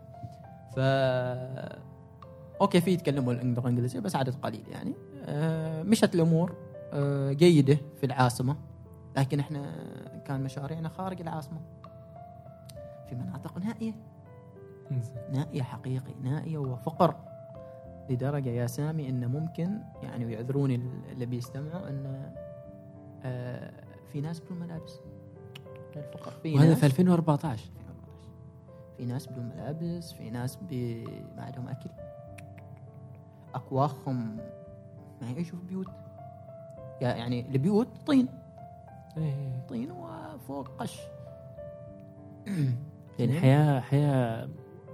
أوكي، في يتكلموا اللغة الإنجليزية بس عدد قليل يعني. مشت الأمور جيدة في العاصمة، لكن إحنا كان مشاريعنا خارج العاصمة، في مناطق نائية حقيقي، نائية وفقر لدرجة يا سامي إنه ممكن يعني، ويعذروني اللي بيستمعوا، إن في ناس بدون ملابس الفقر. وهذا في 2014. في ناس بدون ملابس، في ناس ما عندهم أكل، أكواخهم ما يعيشوا في بيوت، يعني البيوت طين طين وفوق قش. يعني حياة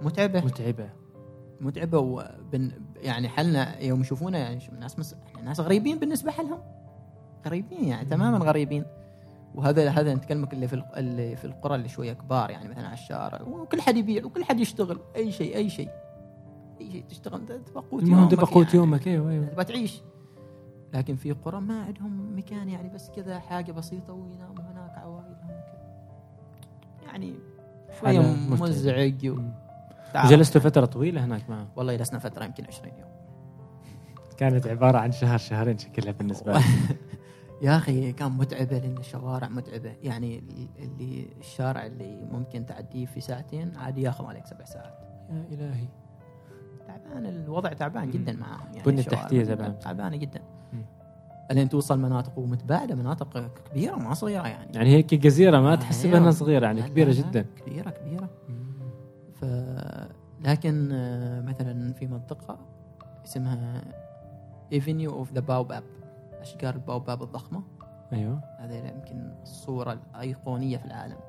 متعبة يعني حالنا يوم يشوفونا يعني ناس غريبين بالنسبة لهم، غريبين يعني تماما غريبين. وهذا نتكلمك اللي في القرى اللي شوية كبار، يعني مثلا على الشارع، وكل حد يبيع وكل حد يشتغل أي شيء تشتغل تبقى يومك. أيوة تبغى تعيش. لكن في قرى ما عندهم مكان، يعني بس كذا حاجة بسيطة ويناموا هناك عوائلهم كذا، يعني شوية مزعج. جلست فترة طويلة هناك معه؟ والله جلسنا فترة يمكن 20 يوم. كانت عبارة عن شهرين شكلها بالنسبة لي. يا أخي كان متعبة، لأن الشوارع متعبة، يعني اللي الشارع اللي ممكن تعديه في ساعتين عادي ياخذ عليك 7 ساعات. يا إلهي، تعبان الوضع، تعبان جدا معهم، يعني بنية التحتية تعبانة جدا. لين توصل مناطق ومتباعدة، مناطق كبيرة ما صغيرة، يعني هيك جزيرة ما تحسبها انها صغيرة، يعني كبيرة جدا، كبيرة. لكن مثلا في منطقة اسمها Avenue of the Baobab، أشجار الباوباب الضخمة. أيوة، هذا يمكن الصورة الأيقونية في العالم.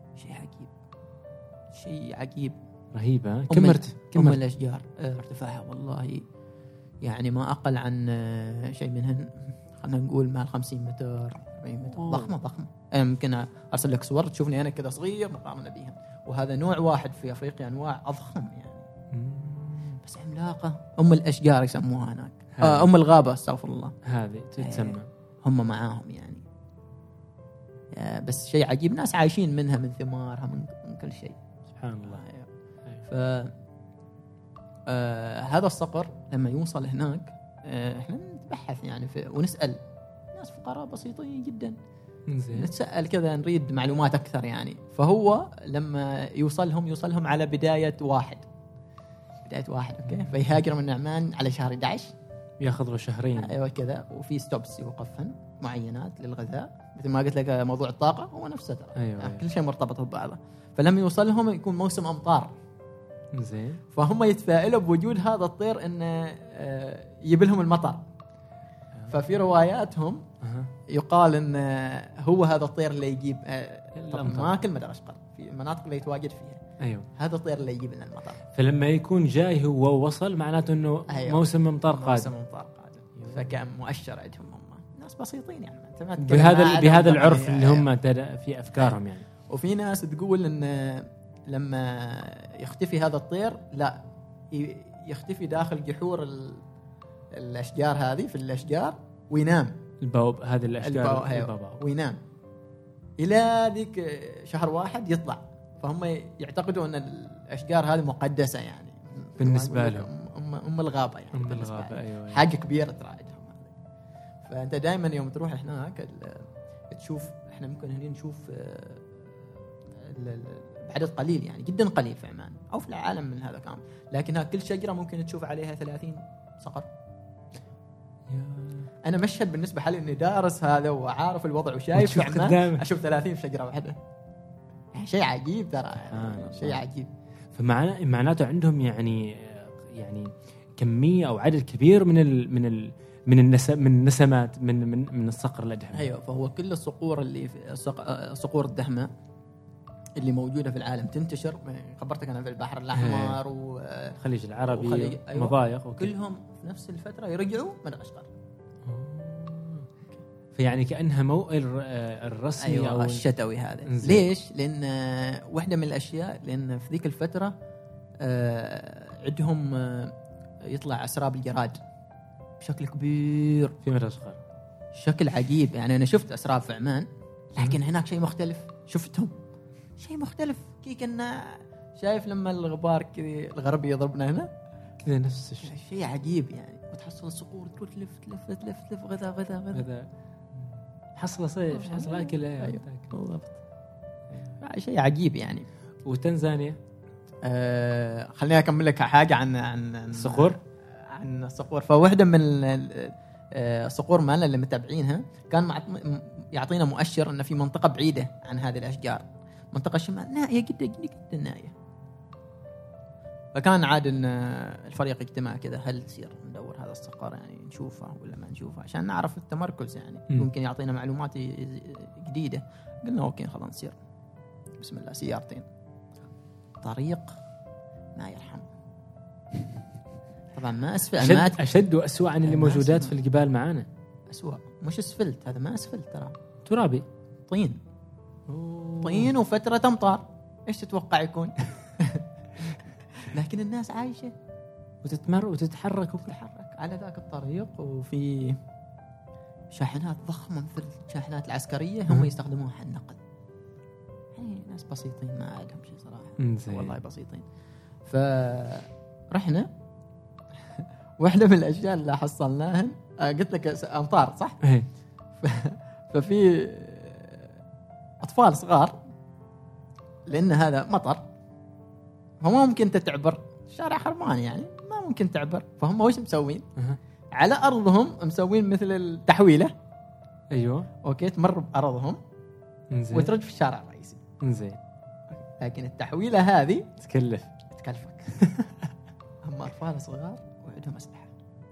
شيء عجيب رهيبة. كم الأشجار ارتفاعها والله يعني ما أقل عن شيء منهن، خلنا نقول مع 50 متر 40 متر. ضخمة. يمكن أرسل لك صور تشوفني أنا كذا صغير مقارنة بهم، وهذا نوع واحد في أفريقيا، أنواع أضخم يعني، بس عملاقة. الأشجار يسموها هناك، الغابة، استغفر الله، هذه تتسمى. هم معاهم يعني. بس شيء عجيب، ناس عايشين منها، من ثمارها، من كل شيء، سبحان الله. هذا الصقر لما يوصل هناك، احنا نتبحث يعني ونسأل ناس فقراء بسيطين جدا، نتسأل كذا، نريد معلومات أكثر يعني. فهو لما يوصلهم على بداية واحد، أوكي، فيهاجر من نعمان على شهر 11، ياخذ له شهرين. أيوة كذا، وفي ستوبس يوقفهن معينات للغذاء، مثل ما قلت لك موضوع الطاقة هو نفسه ترى. أيوة. كل شيء مرتبط ببعضه. فلما يوصلهم يكون موسم أمطار، زين، فهم يتفائلوا بوجود هذا الطير إنه يجيب لهم المطر. ففي رواياتهم يقال إن هو هذا الطير اللي يجيب ما كل مدغشقر، في المناطق اللي يتواجد فيها. أيوة. هذا الطير اللي يجيب لنا المطر. فلما يكون جاي هو وصل، معناته إنه أيوة. موسم أمطار قادم. فكان مؤشر عندهم، هم ناس بسيطين يعني، بهذا العرف اللي هم في أفكارهم يعني. وفي ناس تقول إن لما يختفي هذا الطير، لا يختفي داخل جحور الأشجار هذه، في الأشجار، وينام. هذه الأشجار وينام إلى ذيك شهر 1 يطلع. فهم يعتقدوا أن الأشجار هذه مقدسة يعني بالنسبة لهم، الغابة يعني، الغابة. أيوة. حاجة كبيرة ترى عندهم. فأنت دائما يوم تروح هناك تشوف، إحنا ممكن هنا نشوف بعدد قليل يعني، جدا قليل في عمان أو في العالم من هذا كامل، لكن كل شجرة ممكن تشوف عليها 30 صقر. أنا مشهد بالنسبة حالي إني دارس هذا وعارف الوضع وشايف في عمان، أشوف 30 شجرة واحدة، شيء عجيب ترى، شيء عجيب. فمعناته عندهم يعني كمية أو عدد كبير من النسمات من الصقر الأدهم. أيوة. فهو كل الصقور اللي في صقور الدهمة اللي موجودة في العالم تنتشر، خبرتك أنا في البحر الأحمر والخليج العربي، أيوة. مضايق كلهم في نفس الفترة يرجعوا مدغشقر. فيعني كأنها موئل الرسمي، أيوة، أو الشتوي هذا. ليش؟ لأن واحدة من الأشياء، لأن في ذيك الفترة عندهم يطلع أسراب الجراد بشكل كبير في مدغشقر، شكل عجيب يعني. أنا شفت أسراب في عمان، لكن هناك شيء مختلف، شفتهم شيء مختلف. كي كنا شايف لما الغبار كذي الغربي يضربنا هنا كذا، نفس الشيء، شيء عجيب يعني. وتحصل الصقور تلف غذاء حصل صيف، حصل أكل. أيوة. بالضبط. شيء عجيب يعني. وتنزانيا، خليني أكمل لك حاجة عن الصقور. عن الصقور. فواحدة من الصقور مالنا اللي متابعينها كان يعطينا مؤشر أن في منطقة بعيدة عن هذه الأشجار، منطقة شمال نائية جدا جدا نائية، فكان عاد ان الفريق اجتماع كذا، هل تصير ندور هذا الصقر يعني نشوفه ولا ما نشوفه عشان نعرف التمركز يعني ممكن يعطينا معلومات جديدة. قلنا اوكي خلاص نسير، بسم الله سيارتين، طريق ما يرحم طبعا، ما اسفل اشد واسوأ عن اللي موجودات في الجبال معانا. اسوأ مش اسفلت، هذا ما اسفلت ترى، ترابي، طين. طين وفترة امطار، ايش تتوقع يكون؟ لكن الناس عايشة وتتمر وتتحرك على ذاك الطريق، وفي شاحنات ضخمة مثل الشاحنات العسكرية هم يستخدموها حق النقل. يعني ناس بسيطين ما عندهم شيء صراحة، والله بسيطين. فرحنا واحدة من الأشياء اللي حصلناهن قلت لك أمطار صح؟ ففي أطفال صغار، لأن هذا مطر فما ممكن تعبر شارع حرمان يعني، ما ممكن تعبر. فهم وش مسوين؟ على أرضهم مسوين مثل التحويلة. أيوة أوكي، تمر بأرضهم وترد في الشارع الرئيسي. إنزين. لكن التحويلة هذه تكلفك. هم أطفال صغار وعندهم أسلحة.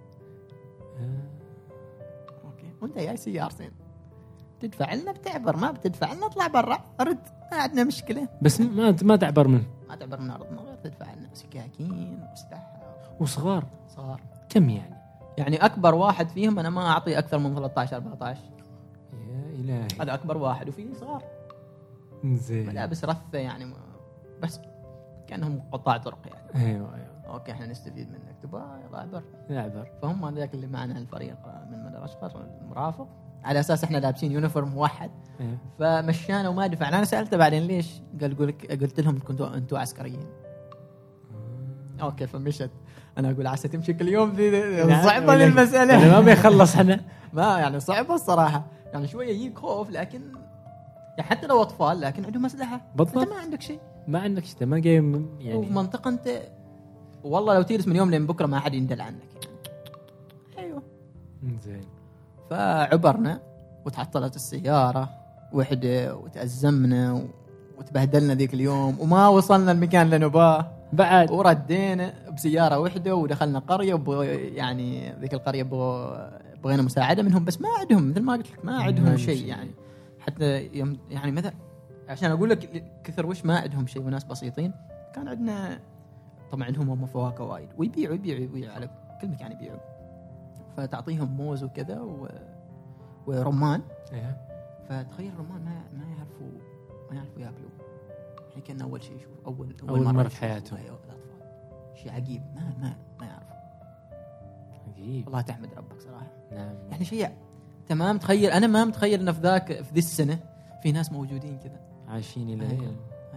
أوكي، وأنت جاي سيارتين تدفع لنا بتعبر، ما بتدفع لنا اطلع برا أرد، ما عندنا مشكلة. بس ما تعبر من أرضنا، غير تدفع لنا سكاكين وأسلحة وصغار. كم يعني أكبر واحد فيهم أنا ما أعطي أكثر من 13-14. يا إلهي، هذا أكبر واحد، وفيه صغار. زين. ملابس رثة يعني، بس كأنهم قطاع طرق يعني. أيوة. أوكي إحنا نستفيد منك، تبغى يلا عبر. فهم ذاك اللي معنا الفريق من مدغشقر المرافق، على أساس إحنا لابسين يونيفورم موحد. فمشانا وما دفعنا. أنا سألته بعدين ليش، قلت لهم أنتوا عسكريين. أوكي، فمشت. أنا أقول عسى تمشي كل يوم صعبة للمسألة. ما بيخلص أنا ما يعني صعبة الصراحة، يعني شوية يجيك خوف، لكن يعني حتى لو أطفال لكن عندهم أسلحة. أنت ما عندك شيء، ما جاي يعني ومنطقة أنت والله لو تجلس من يوم لين بكرة ما حد يندل عنك يعني. أيوة. زين. فعبرنا وتعطلت السيارة وحدة وتأزمنا وتبهدلنا ذيك اليوم، وما وصلنا المكان اللي نباه بعد، وردينا بسيارة وحدة ودخلنا قرية يعني ذيك القرية بغينا مساعدة منهم، بس ما عندهم مثل ما قلت لك ما عندهم شيء يعني. حتى يعني مثلا عشان أقول لك كثر وش ما عندهم شيء، وناس بسيطين. كان عندنا طبعا عندهم فواكه وايد، ويبيعوا على كل مكان يبيعوا. فتعطيهم موز وكذا ورمان. فتخيل الرمان ما يعرفوا ياكلوا. يعني كان أول شيء يشوف أول مرة في حياتهم. شيء عجيب، ما يعرفوا. عجيب والله تحمد ربك صراحة. نعم. يعني شيء تمام. تخيل أنا ما متخيل إن في ذي السنة في ناس موجودين كذا عايشين إلى اليوم.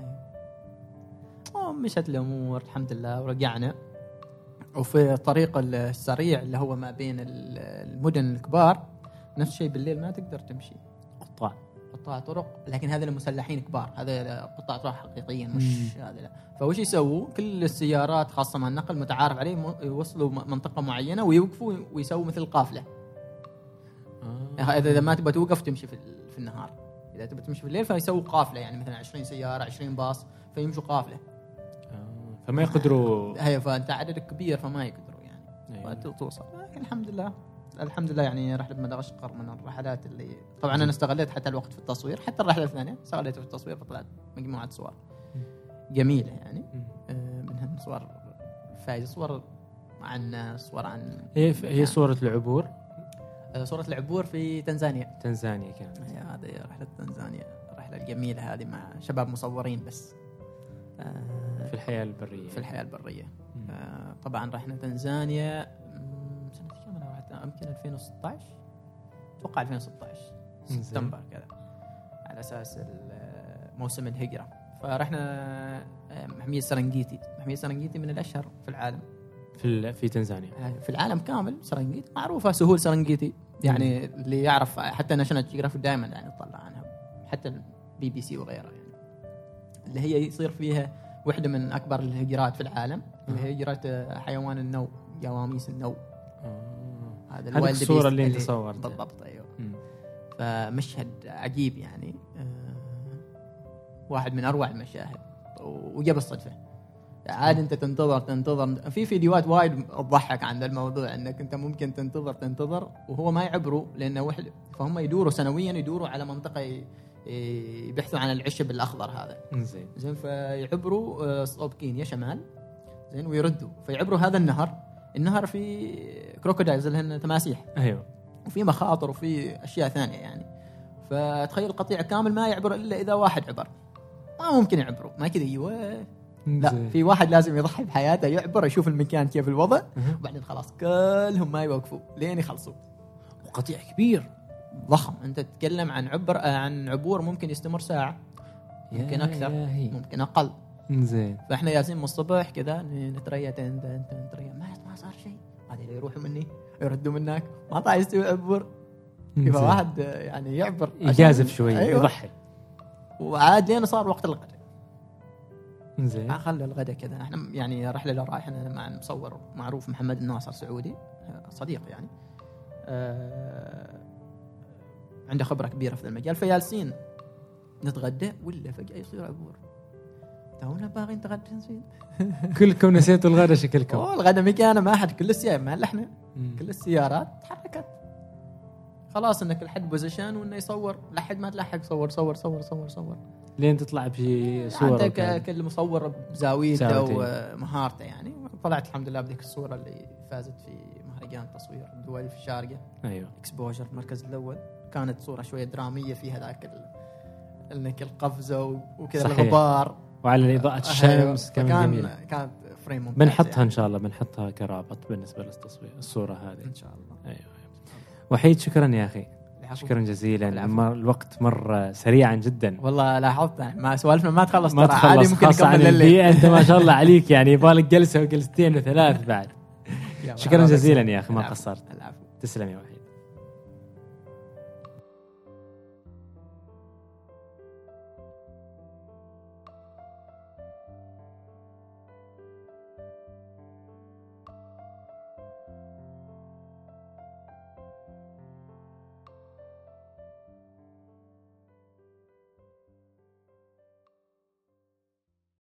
مشت الأمور الحمد لله ورجعنا. وفي الطريق السريع اللي هو ما بين المدن الكبار نفس الشيء، بالليل ما تقدر تمشي، قطاع طرق. لكن هذا المسلحين كبار، هذا قطاع طرق حقيقيين مش هذا لا. فوش يسووا؟ كل السيارات خاصة مع النقل متعارف عليه يوصلوا منطقة معينة ويوقفوا ويسووا مثل قافلة. إذا ما تبغى توقف تمشي في النهار، إذا تبغى تمشي في الليل فيسووا قافلة، يعني مثلا 20 سيارة 20 باص فيمشوا قافلة. فما يقدروا. فأنت عددك كبير فما يقدروا يعني. توصل. لكن الحمد لله يعني رحلة مدغشقر من الرحلات اللي طبعا أنا استغليت حتى الوقت في التصوير، حتى الرحلة الثانية استغليته في التصوير، فطلعت مجموعة صور جميلة يعني. منها صور فايز، صور عن هي صورة العبور. صورة العبور في تنزانيا كانت. هذه رحلة تنزانيا، الرحلة الجميلة هذه مع شباب مصورين بس في الحياة البرية. طبعا رحنا تنزانيا سنة كم أنا رحت؟ يمكن 2016 أتوقع 2016 سبتمبر كذا، على أساس موسم الهجرة. فرحنا محمية سرنجيتي من الأشهر في العالم في تنزانيا، في العالم كامل. سرنجيتي معروفة، سهول سرنجيتي يعني اللي يعرف، حتى ناشونال جيوغرافيك دائما يعني تطلع عنها، حتى BBC وغيرها يعني. اللي هي يصير فيها واحدة من أكبر الهجرات في العالم، اللي هي هجرة حيوان النو، جواميس النو. هذه الصورة اللي انت صورتها بالضبط. أيوة. فمشهد عجيب يعني، واحد من أروع المشاهد. وجاء بالصدفة عادي انت تنتظر. في فيديوهات وايد تضحك عن الموضوع، انك انت ممكن تنتظر وهو ما يعبروا، لانه فهم يدوروا سنويا، يدوروا على منطقه يبحثوا عن العشب الاخضر هذا. زين فيعبروا صوب كينيا شمال، زين ويردوا فيعبروا هذا النهر فيه كروكودايلز اللي هن تماسيح، ايوه، وفي مخاطر وفي اشياء ثانيه يعني. فتخيل قطيع كامل ما يعبر الا اذا واحد عبر، ما ممكن يعبروا ما كذا. ايوه لا، في واحد لازم يضحي بحياته يعبر، يشوف المكان كيف الوضع، وبعدين خلاص كلهم ما يوقفوا لين يخلصوا. وقطيع كبير ضخم، انت تتكلم عن عبور ممكن يستمر ساعه، ممكن اكثر، ممكن اقل. زين. فاحنا جالسين من الصبح كذا نتريا نتريا، ما صار شيء، بعدين يروحوا مني يردوا منك، ما طاع يستوي عبور. يبقى واحد يعني يعبر يجازف شوي. أيوة. يضحي. وعاد لين صار وقت الغداء. زين. خلى الغداء كذا. احنا يعني رحله اللي رايحنا مع مصور معروف محمد الناصر سعودي، صديق يعني، عنده خبره كبيره في المجال. فجالسين نتغدى ولا فجاه يصير عبور، تونا باغي نتغدى نسيت. كلكم نسيتوا الغداء شكلكم. الغداء مكانه ما حد، كل السيارات ما احنا كل السيارات تحركت خلاص، انك الحد بوزيشن وانه يصور لحد ما تلحق صور صور صور صور صور لين تطلع بصوره. عندك كل مصور بزاويته ومهارته يعني. طلعت الحمد لله بذيك الصوره اللي فازت في مهرجان تصوير الدولي في الشارقه. ايوه، اكسبوجر المركز الاول. كانت صوره شويه دراميه فيها ذاك انك القفزه وكذا الغبار وعلى اضاءه الشمس. كانت فريم ممتاز. بنحطها يعني. ان شاء الله بنحطها كرابط بالنسبه للتصوير الصوره هذه ان شاء الله. ايوه. وحيد شكرا يا اخي، شكرا جزيلا. الوقت مر سريعا جدا والله. لاحظت ما سوالفنا ما تخلص ترى، عادي ممكن نكمل الليل. انت ما شاء الله عليك يعني، يبالك جلسه وجلستين وثلاث بعد. شكرا جزيلا يا اخي، ما قصرت. تسلم يا